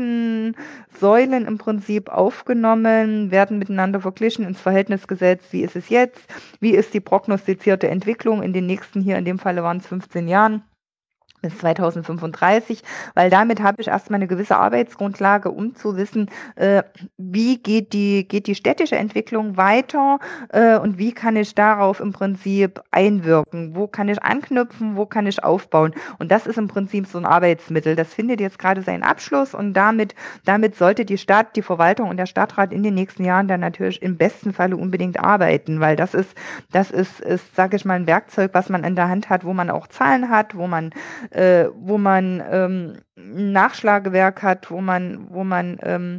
Datensäulen im Prinzip aufgenommen, werden miteinander verglichen, ins Verhältnis gesetzt, wie ist es jetzt, wie ist die prognostizierte Entwicklung in den nächsten, hier in dem Falle waren es fünfzehn Jahren, bis zweitausendfünfunddreißig, weil damit habe ich erstmal eine gewisse Arbeitsgrundlage, um zu wissen, äh, wie geht die geht die städtische Entwicklung weiter äh, und wie kann ich darauf im Prinzip einwirken, wo kann ich anknüpfen, wo kann ich aufbauen, und das ist im Prinzip so ein Arbeitsmittel, das findet jetzt gerade seinen Abschluss, und damit damit sollte die Stadt, die Verwaltung und der Stadtrat in den nächsten Jahren dann natürlich im besten Falle unbedingt arbeiten, weil das ist das ist ist sage ich mal ein Werkzeug, was man in der Hand hat, wo man auch Zahlen hat, wo man Äh, wo man ähm, ein Nachschlagewerk hat, wo man, wo man ähm,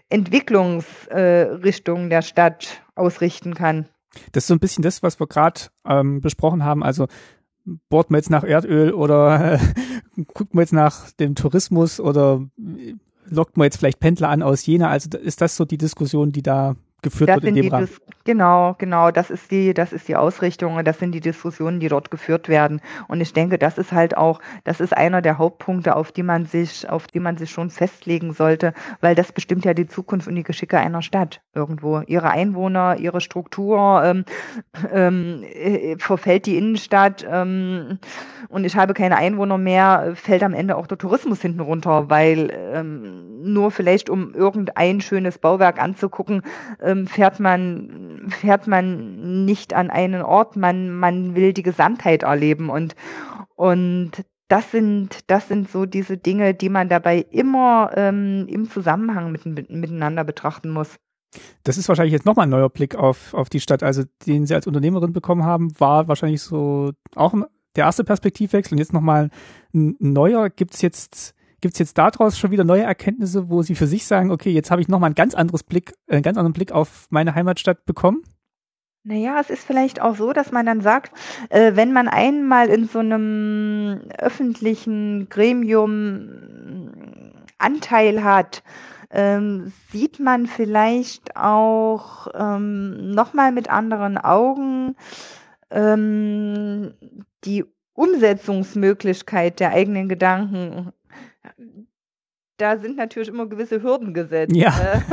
Entwicklungsrichtungen äh, der Stadt ausrichten kann. Das ist so ein bisschen das, was wir gerade ähm, besprochen haben. Also bohrt man jetzt nach Erdöl oder äh, guckt man jetzt nach dem Tourismus oder lockt man jetzt vielleicht Pendler an aus Jena. Also ist das so die Diskussion, die da geführt Das wird in sind dem die Rahmen. Dis genau, genau, das ist die, das ist die Ausrichtung und das sind die Diskussionen, die dort geführt werden. Und ich denke, das ist halt auch, das ist einer der Hauptpunkte, auf die man sich, auf die man sich schon festlegen sollte, weil das bestimmt ja die Zukunft und die Geschicke einer Stadt irgendwo. Ihre Einwohner, ihre Struktur, ähm, ähm, äh, verfällt die Innenstadt ähm, und ich habe keine Einwohner mehr, fällt am Ende auch der Tourismus hinten runter, weil ähm, nur vielleicht um irgendein schönes Bauwerk anzugucken, ähm, fährt man fährt man nicht an einen Ort, man man will die Gesamtheit erleben und und das sind das sind so diese Dinge, die man dabei immer ähm, im Zusammenhang mit, miteinander betrachten muss. Das ist wahrscheinlich jetzt nochmal ein neuer Blick auf, auf die Stadt. Also, den Sie als Unternehmerin bekommen haben, war wahrscheinlich so auch der erste Perspektivwechsel. Und jetzt nochmal ein neuer. Gibt's jetzt, gibt's jetzt daraus schon wieder neue Erkenntnisse, wo Sie für sich sagen, okay, jetzt habe ich nochmal ein ganz anderes Blick, einen ganz anderen Blick auf meine Heimatstadt bekommen? Naja, es ist vielleicht auch so, dass man dann sagt, äh, wenn man einmal in so einem öffentlichen Gremium Anteil hat, ähm, sieht man vielleicht auch ähm, nochmal mit anderen Augen ähm, die Umsetzungsmöglichkeit der eigenen Gedanken. Da sind natürlich immer gewisse Hürden gesetzt. Ja.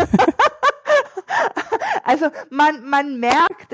Also man, man merkt,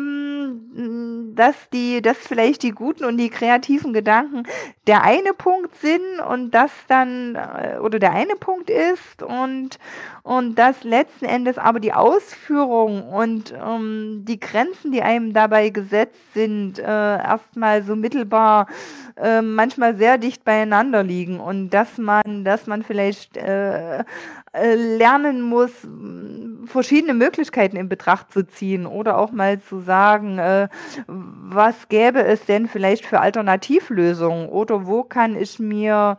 ähm, dass die, dass vielleicht die guten und die kreativen Gedanken der eine Punkt sind und das dann äh, oder der eine Punkt ist und und das letzten Endes aber die Ausführung und ähm, die Grenzen, die einem dabei gesetzt sind, äh, erstmal so mittelbar äh, manchmal sehr dicht beieinander liegen und dass man, dass man vielleicht äh, lernen muss, verschiedene Möglichkeiten in Betracht zu ziehen oder auch mal zu sagen, äh, was gäbe es denn vielleicht für Alternativlösungen oder wo kann ich mir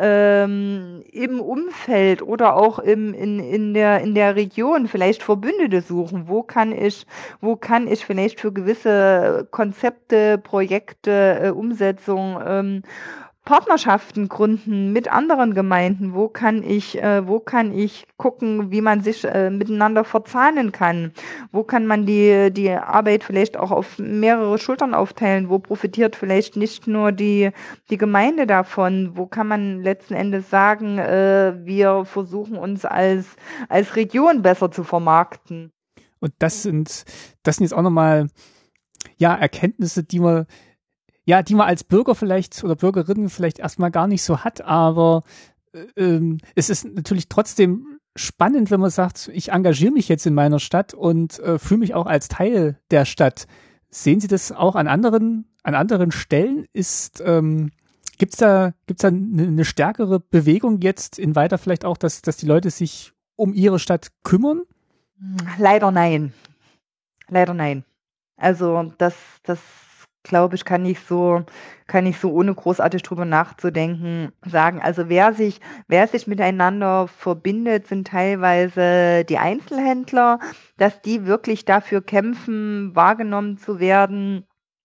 ähm, im Umfeld oder auch im, in, in, der, in der Region vielleicht Verbündete suchen, wo kann ich, wo kann ich vielleicht für gewisse Konzepte, Projekte, äh, Umsetzung ähm, Partnerschaften gründen mit anderen Gemeinden. Wo kann ich, äh, wo kann ich gucken, wie man sich äh, miteinander verzahnen kann? Wo kann man die die Arbeit vielleicht auch auf mehrere Schultern aufteilen? Wo profitiert vielleicht nicht nur die die Gemeinde davon? Wo kann man letzten Endes sagen, äh, wir versuchen uns als als Region besser zu vermarkten? Und das sind das sind jetzt auch nochmal ja Erkenntnisse, die man Ja, die man als Bürger vielleicht oder Bürgerinnen vielleicht erstmal gar nicht so hat, aber ähm, es ist natürlich trotzdem spannend, wenn man sagt, ich engagiere mich jetzt in meiner Stadt und äh, fühle mich auch als Teil der Stadt. Sehen Sie das auch an anderen, an anderen Stellen? Ist, ähm, gibt's da, gibt's da eine, eine stärkere Bewegung jetzt in weiter vielleicht auch, dass, dass die Leute sich um ihre Stadt kümmern? Leider nein. Leider nein. Also das, das glaube ich, kann ich so, kann ich so ohne großartig drüber nachzudenken sagen. Also wer sich, wer sich miteinander verbindet, sind teilweise die Einzelhändler, dass die wirklich dafür kämpfen, wahrgenommen zu werden,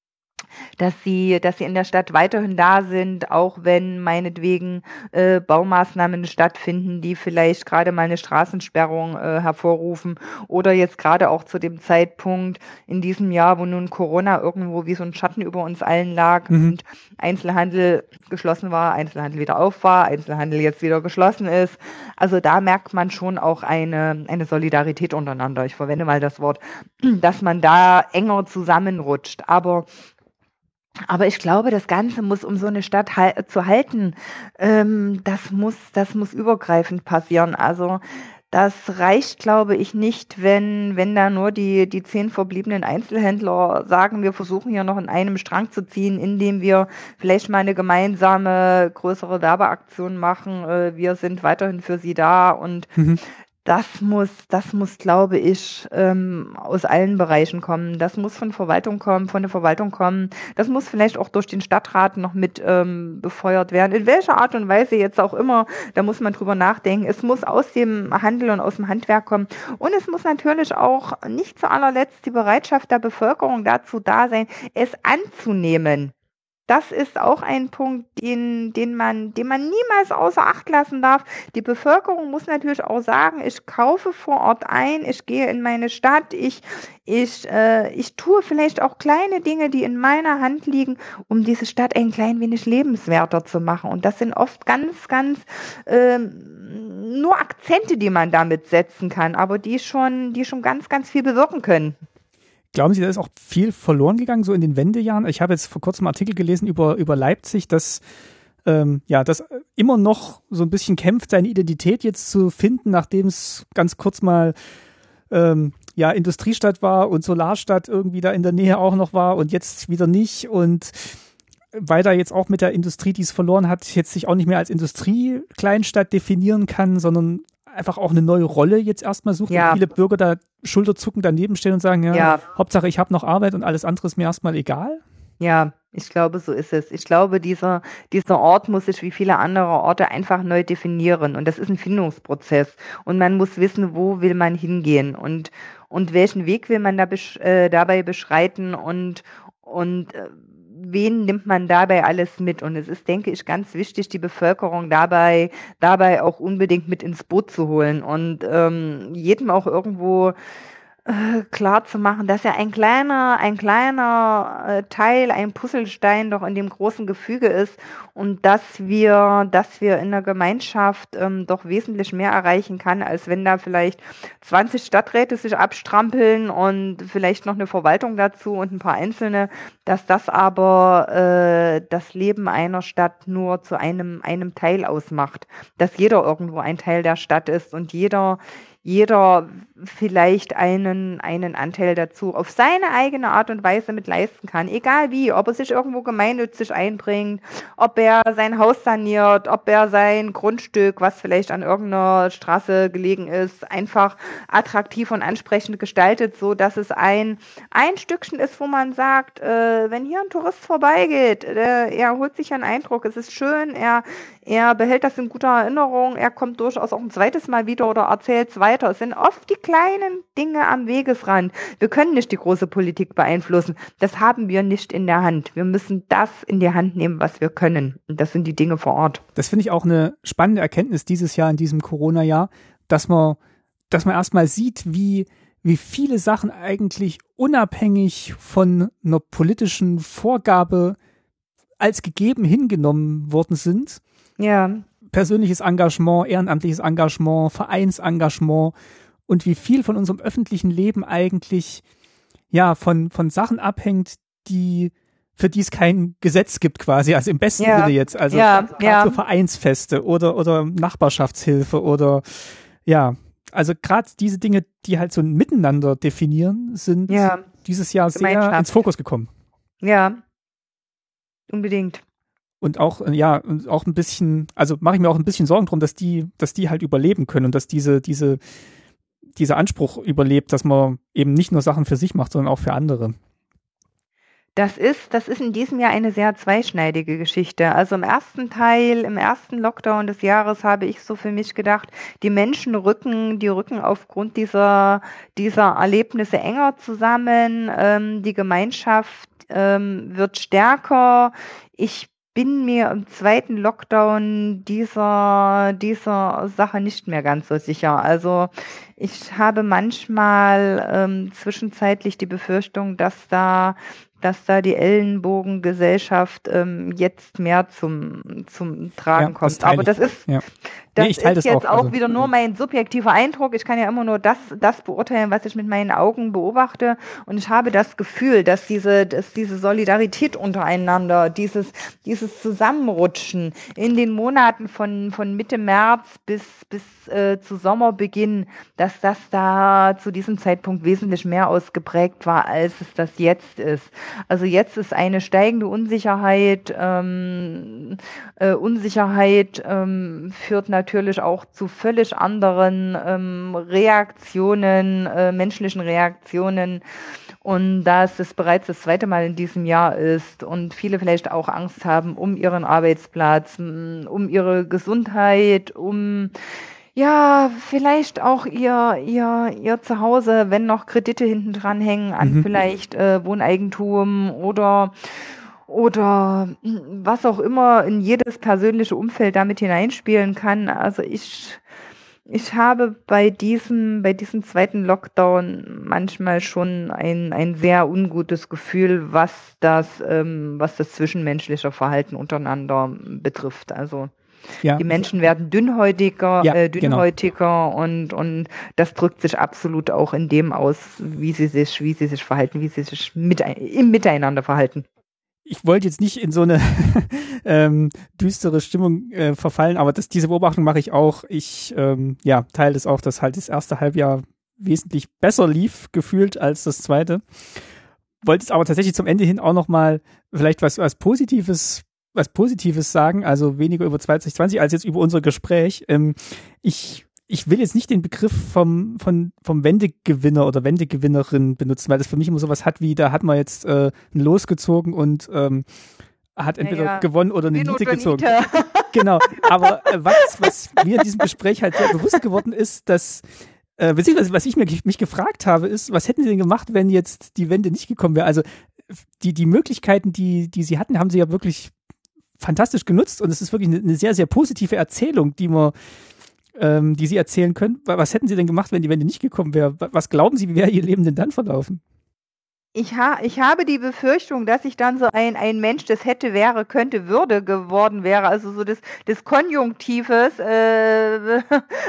dass sie, dass sie in der Stadt weiterhin da sind, auch wenn meinetwegen äh, Baumaßnahmen stattfinden, die vielleicht gerade mal eine Straßensperrung äh, hervorrufen oder jetzt gerade auch zu dem Zeitpunkt in diesem Jahr, wo nun Corona irgendwo wie so ein Schatten über uns allen lag mhm. und Einzelhandel geschlossen war, Einzelhandel wieder auf war, Einzelhandel jetzt wieder geschlossen ist. Also da merkt man schon auch eine, eine Solidarität untereinander. Ich verwende mal das Wort, dass man da enger zusammenrutscht. Aber Aber ich glaube, das Ganze muss, um so eine Stadt hal- zu halten, ähm, das muss, das muss übergreifend passieren. Also das reicht, glaube ich, nicht, wenn, wenn da nur die, die zehn verbliebenen Einzelhändler sagen, wir versuchen hier noch in einem Strang zu ziehen, indem wir vielleicht mal eine gemeinsame, größere Werbeaktion machen. Äh, wir sind weiterhin für sie da und mhm. Das muss, das muss, glaube ich, ähm, aus allen Bereichen kommen. Das muss von Verwaltung kommen, von der Verwaltung kommen. Das muss vielleicht auch durch den Stadtrat noch mit ähm, befeuert werden. In welcher Art und Weise jetzt auch immer, da muss man drüber nachdenken. Es muss aus dem Handel und aus dem Handwerk kommen. Und es muss natürlich auch nicht zu allerletzt die Bereitschaft der Bevölkerung dazu da sein, es anzunehmen. das ist auch ein Punkt, den, den man, den man niemals außer Acht lassen darf. Die Bevölkerung muss natürlich auch sagen, ich kaufe vor Ort ein, ich gehe in meine Stadt, ich, ich, äh, ich tue vielleicht auch kleine Dinge, die in meiner Hand liegen, um diese Stadt ein klein wenig lebenswerter zu machen. Und das sind oft ganz, ganz ähm, nur Akzente, die man damit setzen kann, aber die schon, die schon ganz, ganz viel bewirken können. Glauben Sie, da ist auch viel verloren gegangen, so in den Wendejahren? Ich habe jetzt vor kurzem einen Artikel gelesen über, über Leipzig, dass ähm, ja, das immer noch so ein bisschen kämpft, seine Identität jetzt zu finden, nachdem es ganz kurz mal ähm, ja, Industriestadt war und Solarstadt irgendwie da in der Nähe auch noch war und jetzt wieder nicht. Und weil da jetzt auch mit der Industrie, die es verloren hat, jetzt sich auch nicht mehr als Industrie-Kleinstadt definieren kann, sondern einfach auch eine neue Rolle jetzt erstmal sucht, ja. und viele Bürger da schulterzuckend daneben stehen und sagen, ja, ja. Hauptsache ich habe noch Arbeit und alles andere ist mir erstmal egal? Ja, ich glaube, so ist es. Ich glaube, dieser, dieser Ort muss sich wie viele andere Orte einfach neu definieren. Und das ist ein Findungsprozess. Und man muss wissen, wo will man hingehen und, und welchen Weg will man da besch äh, dabei beschreiten und, und äh, wen nimmt man dabei alles mit? Und es ist, denke ich, ganz wichtig, die Bevölkerung dabei, dabei auch unbedingt mit ins Boot zu holen und ähm, jedem auch irgendwo äh, klar zu machen, dass ja ein kleiner, ein kleiner äh, Teil, ein Puzzlestein doch in dem großen Gefüge ist und dass wir, dass wir in der Gemeinschaft ähm, doch wesentlich mehr erreichen kann, als wenn da vielleicht zwanzig Stadträte sich abstrampeln und vielleicht noch eine Verwaltung dazu und ein paar Einzelne, dass das aber äh, das Leben einer Stadt nur zu einem, einem Teil ausmacht, dass jeder irgendwo ein Teil der Stadt ist und jeder jeder vielleicht einen, einen Anteil dazu auf seine eigene Art und Weise mit leisten kann. Egal wie, ob er sich irgendwo gemeinnützig einbringt, ob er sein Haus saniert, ob er sein Grundstück, was vielleicht an irgendeiner Straße gelegen ist, einfach attraktiv und ansprechend gestaltet, so dass es ein, ein Stückchen ist, wo man sagt, äh, wenn hier ein Tourist vorbeigeht, äh, er holt sich einen Eindruck, es ist schön, er, er behält das in guter Erinnerung, er kommt durchaus auch ein zweites Mal wieder oder erzählt es weiter. Es sind oft die kleinen Dinge am Wegesrand. Wir können nicht die große Politik beeinflussen. Das haben wir nicht in der Hand. Wir müssen das in die Hand nehmen, was wir können. Und das sind die Dinge vor Ort. Das finde ich auch eine spannende Erkenntnis dieses Jahr, in diesem Corona-Jahr, dass man, dass man erstmal sieht, wie, wie viele Sachen eigentlich unabhängig von einer politischen Vorgabe als gegeben hingenommen worden sind. Ja. Persönliches Engagement, ehrenamtliches Engagement, Vereinsengagement und wie viel von unserem öffentlichen Leben eigentlich ja von von Sachen abhängt, die für die es kein Gesetz gibt quasi, also im besten ja. Sinne jetzt, also ja, gerade ja. so Vereinsfeste oder oder Nachbarschaftshilfe oder ja, also gerade diese Dinge, die halt so ein Miteinander definieren, sind ja. dieses Jahr sehr ins Fokus gekommen. Ja, unbedingt. Und auch, ja, auch ein bisschen, also mache ich mir auch ein bisschen Sorgen drum, dass die, dass die halt überleben können und dass diese, diese, dieser Anspruch überlebt, dass man eben nicht nur Sachen für sich macht, sondern auch für andere. Das ist, das ist in diesem Jahr eine sehr zweischneidige Geschichte. Also im ersten Teil, im ersten Lockdown des Jahres habe ich so für mich gedacht, die Menschen rücken, die rücken aufgrund dieser, dieser Erlebnisse enger zusammen, ähm, die Gemeinschaft ähm, wird stärker. Ich bin mir im zweiten Lockdown dieser, dieser Sache nicht mehr ganz so sicher. Also ich habe manchmal ähm, zwischenzeitlich die Befürchtung, dass da dass da die Ellenbogengesellschaft ähm, jetzt mehr zum, zum Tragen ja, kommt. Aber das ist, ja. das nee, ich teile ist das jetzt auch, auch also, wieder nur mein subjektiver Eindruck. Ich kann ja immer nur das, das beurteilen, was ich mit meinen Augen beobachte. Und ich habe das Gefühl, dass diese, dass diese Solidarität untereinander, dieses, dieses Zusammenrutschen in den Monaten von, von Mitte März bis, bis äh, zu Sommerbeginn, dass das da zu diesem Zeitpunkt wesentlich mehr ausgeprägt war, als es das jetzt ist. Also jetzt ist eine steigende Unsicherheit. Ähm, äh, Unsicherheit ähm, führt natürlich auch zu völlig anderen ähm, Reaktionen, äh, menschlichen Reaktionen. Und da es das bereits das zweite Mal in diesem Jahr ist und viele vielleicht auch Angst haben um ihren Arbeitsplatz, um ihre Gesundheit, um ja, vielleicht auch ihr, ihr, ihr Zuhause, wenn noch Kredite hinten dran hängen an Mhm. vielleicht äh, Wohneigentum oder oder was auch immer in jedes persönliche Umfeld damit hineinspielen kann. Also ich, ich habe bei diesem, bei diesem zweiten Lockdown manchmal schon ein, ein sehr ungutes Gefühl, was das, ähm, was das zwischenmenschliche Verhalten untereinander betrifft. Also Ja. die Menschen werden dünnhäutiger, Ja, äh, genau. dünnhäutiger und, und das drückt sich absolut auch in dem aus, wie sie sich, wie sie sich verhalten, wie sie sich mit, im Miteinander verhalten. Ich wollte jetzt nicht in so eine ähm, düstere Stimmung äh, verfallen, aber das, diese Beobachtung mache ich auch. Ich ähm, ja, teile es auch, dass halt das erste Halbjahr wesentlich besser lief, gefühlt, als das zweite. Wollte es aber tatsächlich zum Ende hin auch nochmal vielleicht was, was Positives was Positives sagen, also weniger über zwanzig zwanzig als jetzt über unser Gespräch. Ähm, ich Ich will jetzt nicht den Begriff vom, vom, vom Wendegewinner oder Wendegewinnerin benutzen, weil das für mich immer sowas hat wie, da hat man jetzt äh, ein Los gezogen und ähm, hat entweder Naja, gewonnen oder eine Win Niete oder gezogen. Niete. Genau, aber äh, was, was mir in diesem Gespräch halt sehr bewusst geworden ist, dass äh, beziehungsweise was ich mir, mich gefragt habe, ist, was hätten sie denn gemacht, wenn jetzt die Wende nicht gekommen wäre? Also die, die Möglichkeiten, die, die sie hatten, haben sie ja wirklich fantastisch genutzt und es ist wirklich eine, eine sehr, sehr positive Erzählung, die man ähm, die Sie erzählen können. Was hätten Sie denn gemacht, wenn die Wende nicht gekommen wäre? Was glauben Sie, wie wäre Ihr Leben denn dann verlaufen? Ich, ha ich habe die Befürchtung, dass ich dann so ein, ein Mensch, das hätte, wäre, könnte, würde geworden wäre. Also so das, das Konjunktives. Äh,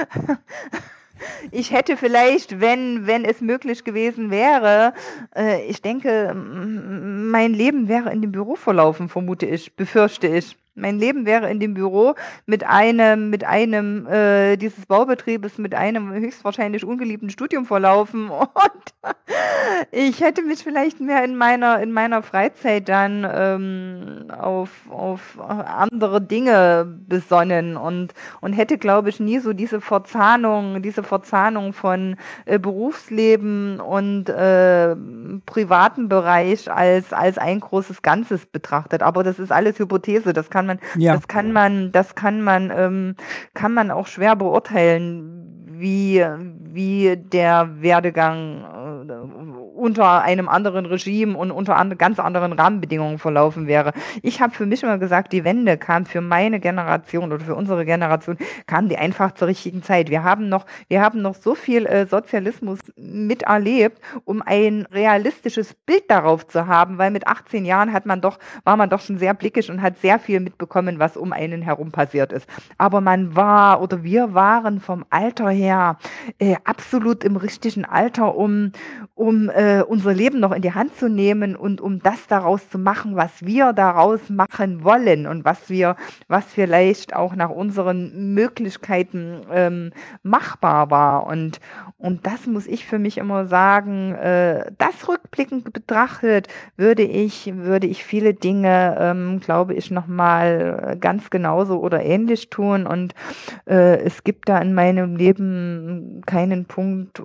ich hätte vielleicht, wenn, wenn es möglich gewesen wäre, äh, ich denke, mein Leben wäre in dem Büro verlaufen, vermute ich, befürchte ich. Mein Leben wäre in dem Büro mit einem, mit einem äh, dieses Baubetriebes, mit einem höchstwahrscheinlich ungeliebten Studium verlaufen und ich hätte mich vielleicht mehr in meiner in meiner Freizeit dann ähm, auf auf andere Dinge besonnen und und hätte, glaube ich, nie so diese Verzahnung, diese Verzahnung von äh, Berufsleben und äh, privaten Bereich als als ein großes Ganzes betrachtet. Aber das ist alles Hypothese. Das kann man, Ja. das kann man, das kann man, ähm, kann man auch schwer beurteilen, wie wie der Werdegang äh, unter einem anderen Regime und unter and ganz anderen Rahmenbedingungen verlaufen wäre. Ich habe für mich immer gesagt, die Wende kam für meine Generation oder für unsere Generation, kam die einfach zur richtigen Zeit. Wir haben noch, wir haben noch so viel äh, Sozialismus miterlebt, um ein realistisches Bild darauf zu haben, weil mit achtzehn Jahren hat man doch, war man doch schon sehr blickig und hat sehr viel mitbekommen, was um einen herum passiert ist. Aber man war oder wir waren vom Alter her äh, absolut im richtigen Alter, um, um äh, unser Leben noch in die Hand zu nehmen und um das daraus zu machen, was wir daraus machen wollen und was wir, was vielleicht auch nach unseren Möglichkeiten ähm, machbar war. Und, und das muss ich für mich immer sagen, äh, das rückblickend betrachtet, würde ich, würde ich viele Dinge, ähm, glaube ich, nochmal ganz genauso oder ähnlich tun. Und äh, es gibt da in meinem Leben keinen Punkt,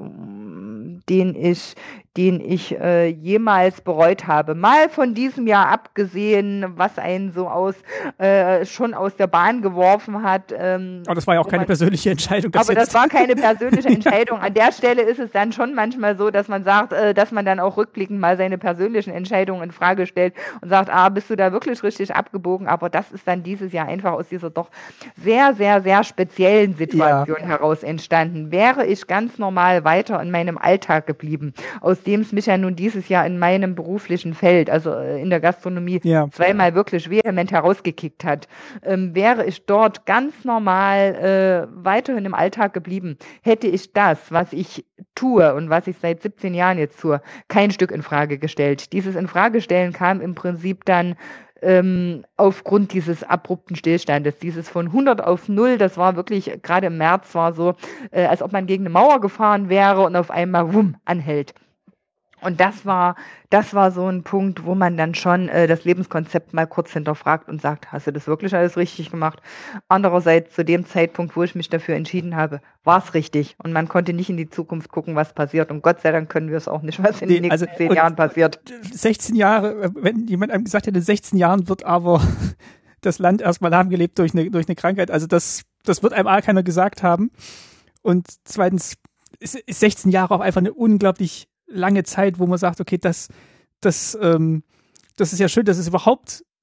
den ich, den ich äh, jemals bereut habe. Mal von diesem Jahr abgesehen, was einen so aus äh, schon aus der Bahn geworfen hat. Ähm, aber das war ja auch keine man, persönliche Entscheidung. Das aber das war keine persönliche Entscheidung. An der Stelle ist es dann schon manchmal so, dass man sagt, äh, dass man dann auch rückblickend mal seine persönlichen Entscheidungen in Frage stellt und sagt, ah, bist du da wirklich richtig abgebogen? Aber das ist dann dieses Jahr einfach aus dieser doch sehr, sehr, sehr speziellen Situation ja. heraus entstanden. Wäre ich ganz normal weiter in meinem Alltag geblieben, aus dem es mich ja nun dieses Jahr in meinem beruflichen Feld, also in der Gastronomie, ja. zweimal wirklich vehement herausgekickt hat, ähm, wäre ich dort ganz normal äh, weiterhin im Alltag geblieben, hätte ich das, was ich tue und was ich seit siebzehn Jahren jetzt tue, kein Stück in Frage gestellt. Dieses Infragestellen kam im Prinzip dann Ähm, aufgrund dieses abrupten Stillstandes, dieses von hundert auf null, das war wirklich, gerade im März war so, äh, als ob man gegen eine Mauer gefahren wäre und auf einmal, wumm, anhält. Und das war, das war so ein Punkt, wo man dann schon äh, das Lebenskonzept mal kurz hinterfragt und sagt, hast du das wirklich alles richtig gemacht? Andererseits, zu dem Zeitpunkt, wo ich mich dafür entschieden habe, war es richtig. Und man konnte nicht in die Zukunft gucken, was passiert. Und Gott sei Dank können wir es auch nicht, was in nee, den nächsten also, zehn Jahren passiert. sechzehn Jahre, wenn jemand einem gesagt hätte, in sechzehn Jahren wird aber das Land erstmal lahmgelebt durch eine, durch eine Krankheit. Also das, das wird einem A keiner gesagt haben. Und zweitens ist, ist sechzehn Jahre auch einfach eine unglaublich lange Zeit, wo man sagt, okay, das, das, ähm, das ist ja schön, dass es überhaupt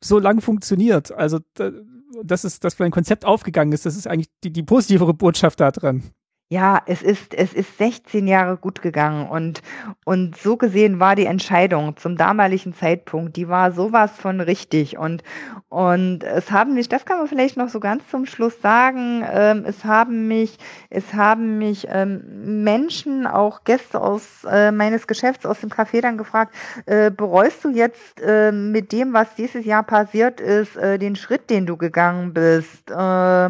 so lang funktioniert. Also, dass es, dass ein Konzept aufgegangen ist, das ist eigentlich die, die positivere Botschaft da dran. Ja, es ist, es ist sechzehn Jahre gut gegangen und, und so gesehen war die Entscheidung zum damaligen Zeitpunkt, die war sowas von richtig und, und es haben mich, das kann man vielleicht noch so ganz zum Schluss sagen, ähm, es haben mich, es haben mich ähm, Menschen, auch Gäste aus äh, meines Geschäfts aus dem Café dann gefragt, äh, bereust du jetzt äh, mit dem, was dieses Jahr passiert ist, äh, den Schritt, den du gegangen bist, äh,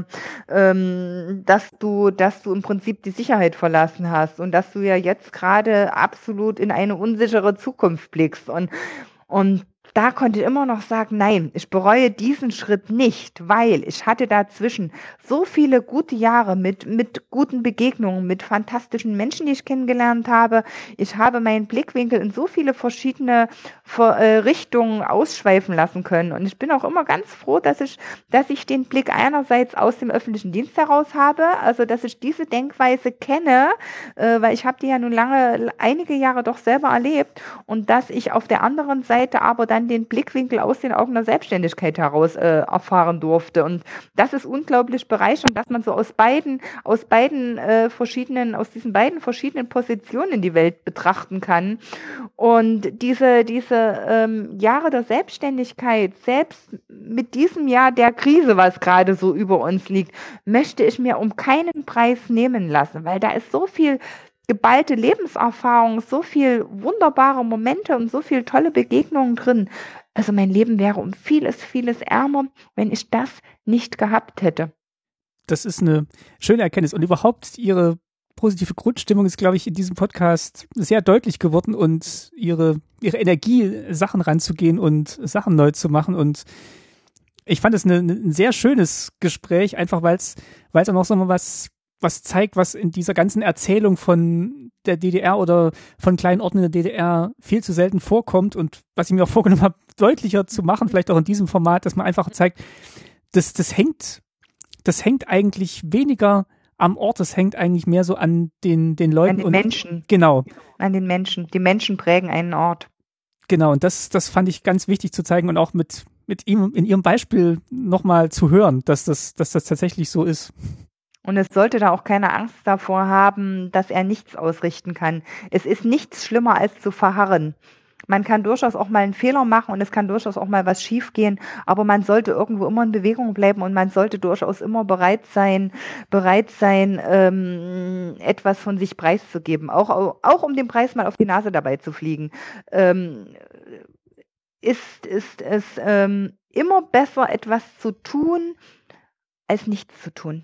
ähm, dass du, dass du im Prinzip die Sicherheit verlassen hast und dass du ja jetzt gerade absolut in eine unsichere Zukunft blickst und, und da konnte ich immer noch sagen, nein, ich bereue diesen Schritt nicht, weil ich hatte dazwischen so viele gute Jahre mit, mit guten Begegnungen, mit fantastischen Menschen, die ich kennengelernt habe. Ich habe meinen Blickwinkel in so viele verschiedene Richtungen ausschweifen lassen können. Und ich bin auch immer ganz froh, dass ich, dass ich den Blick einerseits aus dem öffentlichen Dienst heraus habe, also dass ich diese Denkweise kenne, weil ich habe die ja nun lange, einige Jahre doch selber erlebt und dass ich auf der anderen Seite aber dann den Blickwinkel aus den Augen der Selbstständigkeit heraus äh, erfahren durfte. Und das ist unglaublich bereichernd, dass man so aus beiden, aus beiden äh, verschiedenen, aus diesen beiden verschiedenen Positionen die Welt betrachten kann. Und diese, diese ähm, Jahre der Selbstständigkeit, selbst mit diesem Jahr der Krise, was gerade so über uns liegt, möchte ich mir um keinen Preis nehmen lassen, weil da ist so viel geballte Lebenserfahrung, so viel wunderbare Momente und so viel tolle Begegnungen drin. Also mein Leben wäre um vieles, vieles ärmer, wenn ich das nicht gehabt hätte. Das ist eine schöne Erkenntnis und überhaupt Ihre positive Grundstimmung ist, glaube ich, in diesem Podcast sehr deutlich geworden und Ihre, Ihre Energie, Sachen ranzugehen und Sachen neu zu machen und ich fand es eine, ein sehr schönes Gespräch, einfach weil es weil es auch noch so mal was was zeigt, was in dieser ganzen Erzählung von der D D R oder von kleinen Orten in der D D R viel zu selten vorkommt und was ich mir auch vorgenommen habe, deutlicher zu machen, vielleicht auch in diesem Format, dass man einfach zeigt, das, das hängt, das hängt eigentlich weniger am Ort, das hängt eigentlich mehr so an den, den Leuten. An den und, Menschen. Genau. An den Menschen. Die Menschen prägen einen Ort. Genau, und das, das fand ich ganz wichtig zu zeigen und auch mit, mit ihm in Ihrem Beispiel nochmal zu hören, dass das, dass das tatsächlich so ist. Und es sollte da auch keine Angst davor haben, dass er nichts ausrichten kann. Es ist nichts schlimmer als zu verharren. Man kann durchaus auch mal einen Fehler machen und es kann durchaus auch mal was schiefgehen, aber man sollte irgendwo immer in Bewegung bleiben und man sollte durchaus immer bereit sein, bereit sein, ähm, etwas von sich preiszugeben, auch, auch um den Preis mal auf die Nase dabei zu fliegen. Ähm, ist, ist es ähm, immer besser, etwas zu tun, als nichts zu tun.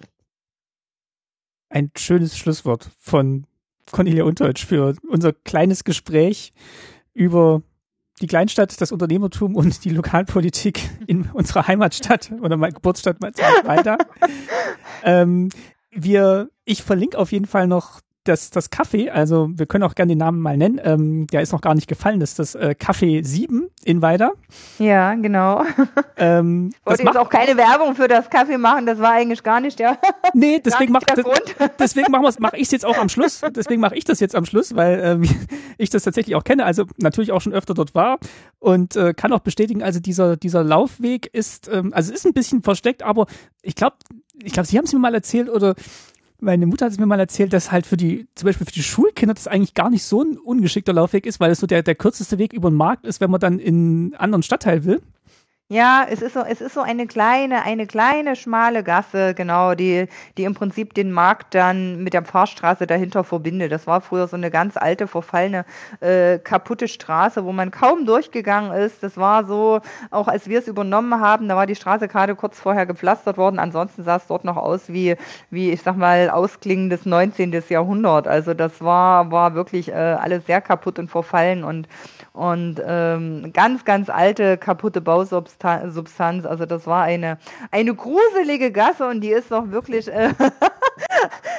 Ein schönes Schlusswort von Cornelia Untertsch für unser kleines Gespräch über die Kleinstadt, das Unternehmertum und die Lokalpolitik in unserer Heimatstadt oder meiner Geburtsstadt Malta. ähm, wir, ich verlinke auf jeden Fall noch das, das Café, also wir können auch gerne den Namen mal nennen, ähm, der ist noch gar nicht gefallen, das ist das äh, Café sieben in Weida. Ja, genau. Ähm, ich wollte jetzt auch keine Werbung für das Kaffee machen, das war eigentlich gar nicht der Nee, deswegen mache das, deswegen mach mach ich es jetzt auch am Schluss, deswegen mache ich das jetzt am Schluss, weil ähm, ich das tatsächlich auch kenne, also natürlich auch schon öfter dort war und äh, kann auch bestätigen, also dieser dieser Laufweg ist, ähm, also ist ein bisschen versteckt, aber ich glaube, ich glaube, Sie haben es mir mal erzählt oder meine Mutter hat es mir mal erzählt, dass halt für die, zum Beispiel für die Schulkinder das eigentlich gar nicht so ein ungeschickter Laufweg ist, weil es so der, der kürzeste Weg über den Markt ist, wenn man dann in einen anderen Stadtteil will. Ja, es ist so, es ist so eine kleine, eine kleine, schmale Gasse, genau, die, die im Prinzip den Markt dann mit der Pfarrstraße dahinter verbindet. Das war früher so eine ganz alte, verfallene, äh, kaputte Straße, wo man kaum durchgegangen ist. Das war so, auch als wir es übernommen haben, da war die Straße gerade kurz vorher gepflastert worden. Ansonsten sah es dort noch aus wie, wie, ich sag mal, ausklingendes neunzehnten Jahrhundert. Also das war, war wirklich äh, alles sehr kaputt und verfallen und, und ähm, ganz, ganz alte, kaputte Bausubstanz. Substanz, also das war eine eine gruselige Gasse und die ist doch wirklich äh,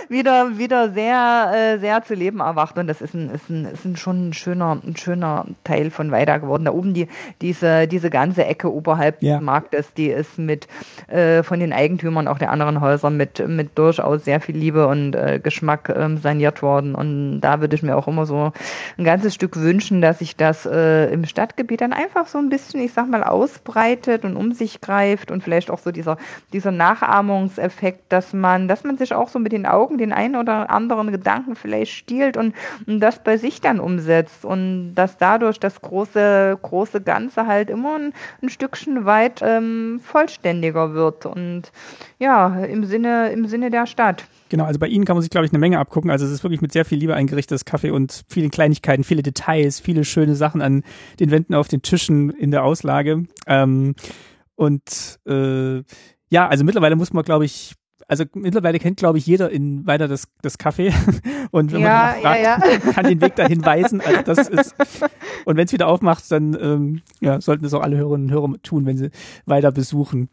wieder, wieder sehr, äh, sehr zu leben erwacht. Und das ist ein, ist ein, ist ein schon ein schöner, ein schöner Teil von Weida geworden. Da oben die, diese, diese ganze Ecke oberhalb Ja. des Marktes, die ist mit, äh, von den Eigentümern auch der anderen Häuser mit, mit durchaus sehr viel Liebe und äh, Geschmack ähm, saniert worden. Und da würde ich mir auch immer so ein ganzes Stück wünschen, dass sich das äh, im Stadtgebiet dann einfach so ein bisschen, ich sag mal, ausbreitet und um sich greift und vielleicht auch so dieser, dieser Nachahmungseffekt, dass man, dass man sich auch so mit den Augen den einen oder anderen Gedanken vielleicht stiehlt und, und das bei sich dann umsetzt und dass dadurch das große, große Ganze halt immer ein, ein Stückchen weit ähm, vollständiger wird und ja, im Sinne, im Sinne der Stadt. Genau, also bei Ihnen kann man sich, glaube ich, eine Menge abgucken. Also es ist wirklich mit sehr viel Liebe eingerichtetes Kaffee und vielen Kleinigkeiten, viele Details, viele schöne Sachen an den Wänden, auf den Tischen, in der Auslage. Ähm, und äh, ja, also mittlerweile muss man, glaube ich, also mittlerweile kennt, glaube ich, jeder in Weida das, das Kaffee. Und wenn Ja, man fragt, ja, ja. kann den Weg dahin weisen. Also das ist, und wenn es wieder aufmacht, dann ähm, ja, sollten es auch alle Hörerinnen und Hörer tun, wenn sie Weida besuchen.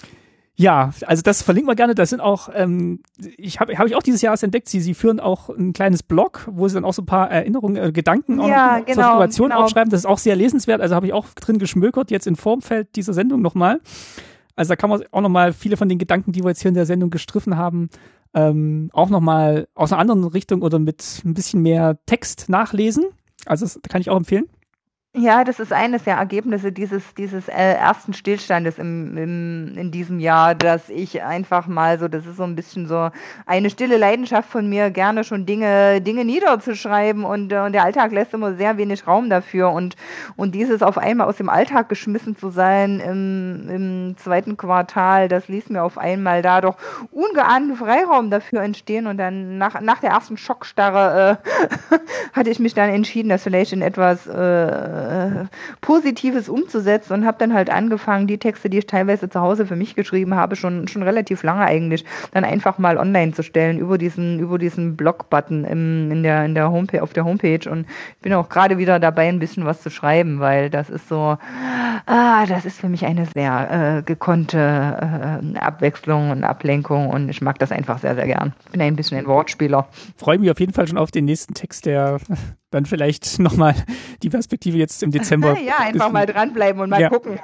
Ja, also das verlinken wir gerne. Das sind auch, ähm, ich habe hab ich auch dieses Jahr erst entdeckt, sie, sie führen auch ein kleines Blog, wo sie dann auch so ein paar Erinnerungen, äh, Gedanken Ja, auch genau, zur Situation genau. aufschreiben. Das ist auch sehr lesenswert. Also habe ich auch drin geschmökert, jetzt in Formfeld dieser Sendung nochmal. Also da kann man auch nochmal viele von den Gedanken, die wir jetzt hier in der Sendung gestriffen haben, ähm, auch nochmal aus einer anderen Richtung oder mit ein bisschen mehr Text nachlesen. Also das kann ich auch empfehlen. Ja, das ist eines der Ergebnisse dieses, dieses äh, ersten Stillstandes im, im, in diesem Jahr, dass ich einfach mal so, das ist so ein bisschen so eine stille Leidenschaft von mir, gerne schon Dinge, Dinge niederzuschreiben und, äh, und der Alltag lässt immer sehr wenig Raum dafür und, und dieses auf einmal aus dem Alltag geschmissen zu sein im, im zweiten Quartal, das ließ mir auf einmal da doch ungeahnten Freiraum dafür entstehen und dann nach, nach der ersten Schockstarre äh, hatte ich mich dann entschieden, das vielleicht in etwas äh, Positives umzusetzen und habe dann halt angefangen, die Texte, die ich teilweise zu Hause für mich geschrieben habe, schon schon relativ lange eigentlich, dann einfach mal online zu stellen über diesen über diesen Blog-Button im, in der in der Homepage auf der Homepage und ich bin auch gerade wieder dabei, ein bisschen was zu schreiben, weil das ist so, ah, das ist für mich eine sehr äh, gekonnte äh, Abwechslung und Ablenkung und ich mag das einfach sehr sehr gern. Ich bin ein bisschen ein Wortspieler. Freue mich auf jeden Fall schon auf den nächsten Text, der dann vielleicht nochmal die Perspektive jetzt im Dezember. Ja, einfach mal dranbleiben und mal ja. gucken.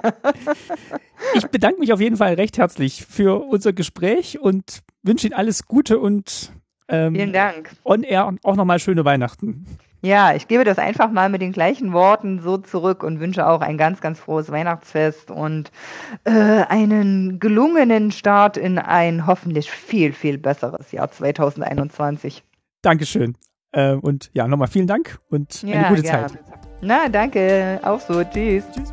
Ich bedanke mich auf jeden Fall recht herzlich für unser Gespräch und wünsche Ihnen alles Gute und ähm, vielen Dank. On Air und auch nochmal schöne Weihnachten. Ja, ich gebe das einfach mal mit den gleichen Worten so zurück und wünsche auch ein ganz, ganz frohes Weihnachtsfest und äh, einen gelungenen Start in ein hoffentlich viel, viel besseres Jahr zwanzig einundzwanzig. Dankeschön. Äh, und ja, nochmal vielen Dank und ja, eine gute gerne. Zeit. Na, danke. Auch so. Tschüss. Tschüss.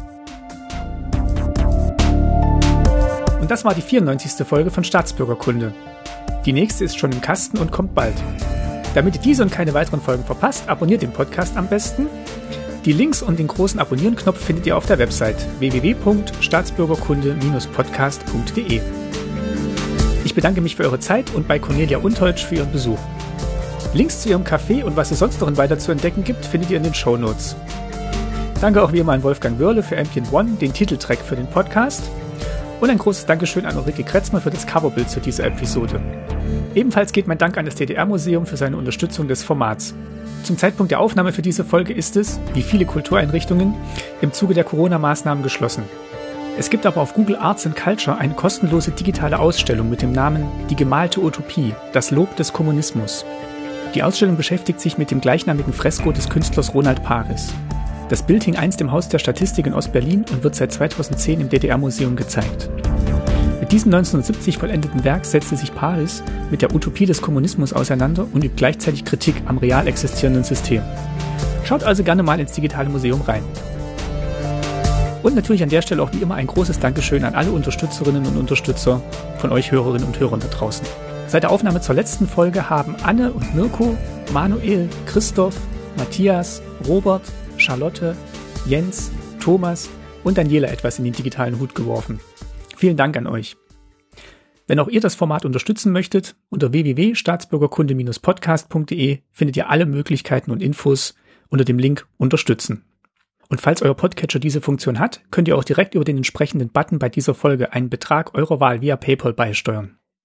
Und das war die vierundneunzigste Folge von Staatsbürgerkunde. Die nächste ist schon im Kasten und kommt bald. Damit ihr diese und keine weiteren Folgen verpasst, abonniert den Podcast am besten. Die Links und den großen Abonnieren-Knopf findet ihr auf der Website w w w punkt staatsbürgerkunde Bindestrich podcast punkt d e. Ich bedanke mich für eure Zeit und bei Cornelia Unteutsch für ihren Besuch. Links zu ihrem Café und was es sonst noch in Weida zu entdecken gibt, findet ihr in den Shownotes. Danke auch wie immer an Wolfgang Wörle für Ambient One, den Titeltrack für den Podcast. Und ein großes Dankeschön an Ulrike Kretzmer für das Coverbild zu dieser Episode. Ebenfalls geht mein Dank an das D D R-Museum für seine Unterstützung des Formats. Zum Zeitpunkt der Aufnahme für diese Folge ist es, wie viele Kultureinrichtungen, im Zuge der Corona-Maßnahmen geschlossen. Es gibt aber auf Google Arts and Culture eine kostenlose digitale Ausstellung mit dem Namen Die gemalte Utopie, das Lob des Kommunismus. Die Ausstellung beschäftigt sich mit dem gleichnamigen Fresko des Künstlers Ronald Paris. Das Bild hing einst im Haus der Statistik in Ostberlin und wird seit zweitausendzehn im D D R-Museum gezeigt. Mit diesem neunzehnhundertsiebzig vollendeten Werk setzte sich Paris mit der Utopie des Kommunismus auseinander und übt gleichzeitig Kritik am real existierenden System. Schaut also gerne mal ins digitale Museum rein. Und natürlich an der Stelle auch wie immer ein großes Dankeschön an alle Unterstützerinnen und Unterstützer von euch Hörerinnen und Hörern da draußen. Seit der Aufnahme zur letzten Folge haben Anne und Mirko, Manuel, Christoph, Matthias, Robert, Charlotte, Jens, Thomas und Daniela etwas in den digitalen Hut geworfen. Vielen Dank an euch. Wenn auch ihr das Format unterstützen möchtet, unter w w w punkt staatsbürgerkunde Bindestrich podcast punkt d e findet ihr alle Möglichkeiten und Infos unter dem Link Unterstützen. Und falls euer Podcatcher diese Funktion hat, könnt ihr auch direkt über den entsprechenden Button bei dieser Folge einen Betrag eurer Wahl via PayPal beisteuern.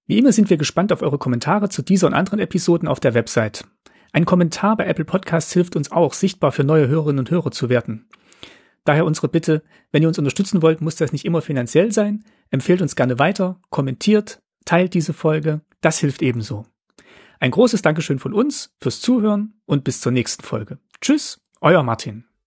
Wie immer sind wir gespannt auf eure Kommentare zu dieser und anderen Episoden auf der Website. Ein Kommentar bei Apple Podcasts hilft uns auch, sichtbar für neue Hörerinnen und Hörer zu werden. Daher unsere Bitte, wenn ihr uns unterstützen wollt, muss das nicht immer finanziell sein. Empfehlt uns gerne weiter, kommentiert, teilt diese Folge, das hilft ebenso. Ein großes Dankeschön von uns fürs Zuhören und bis zur nächsten Folge. Tschüss, euer Martin.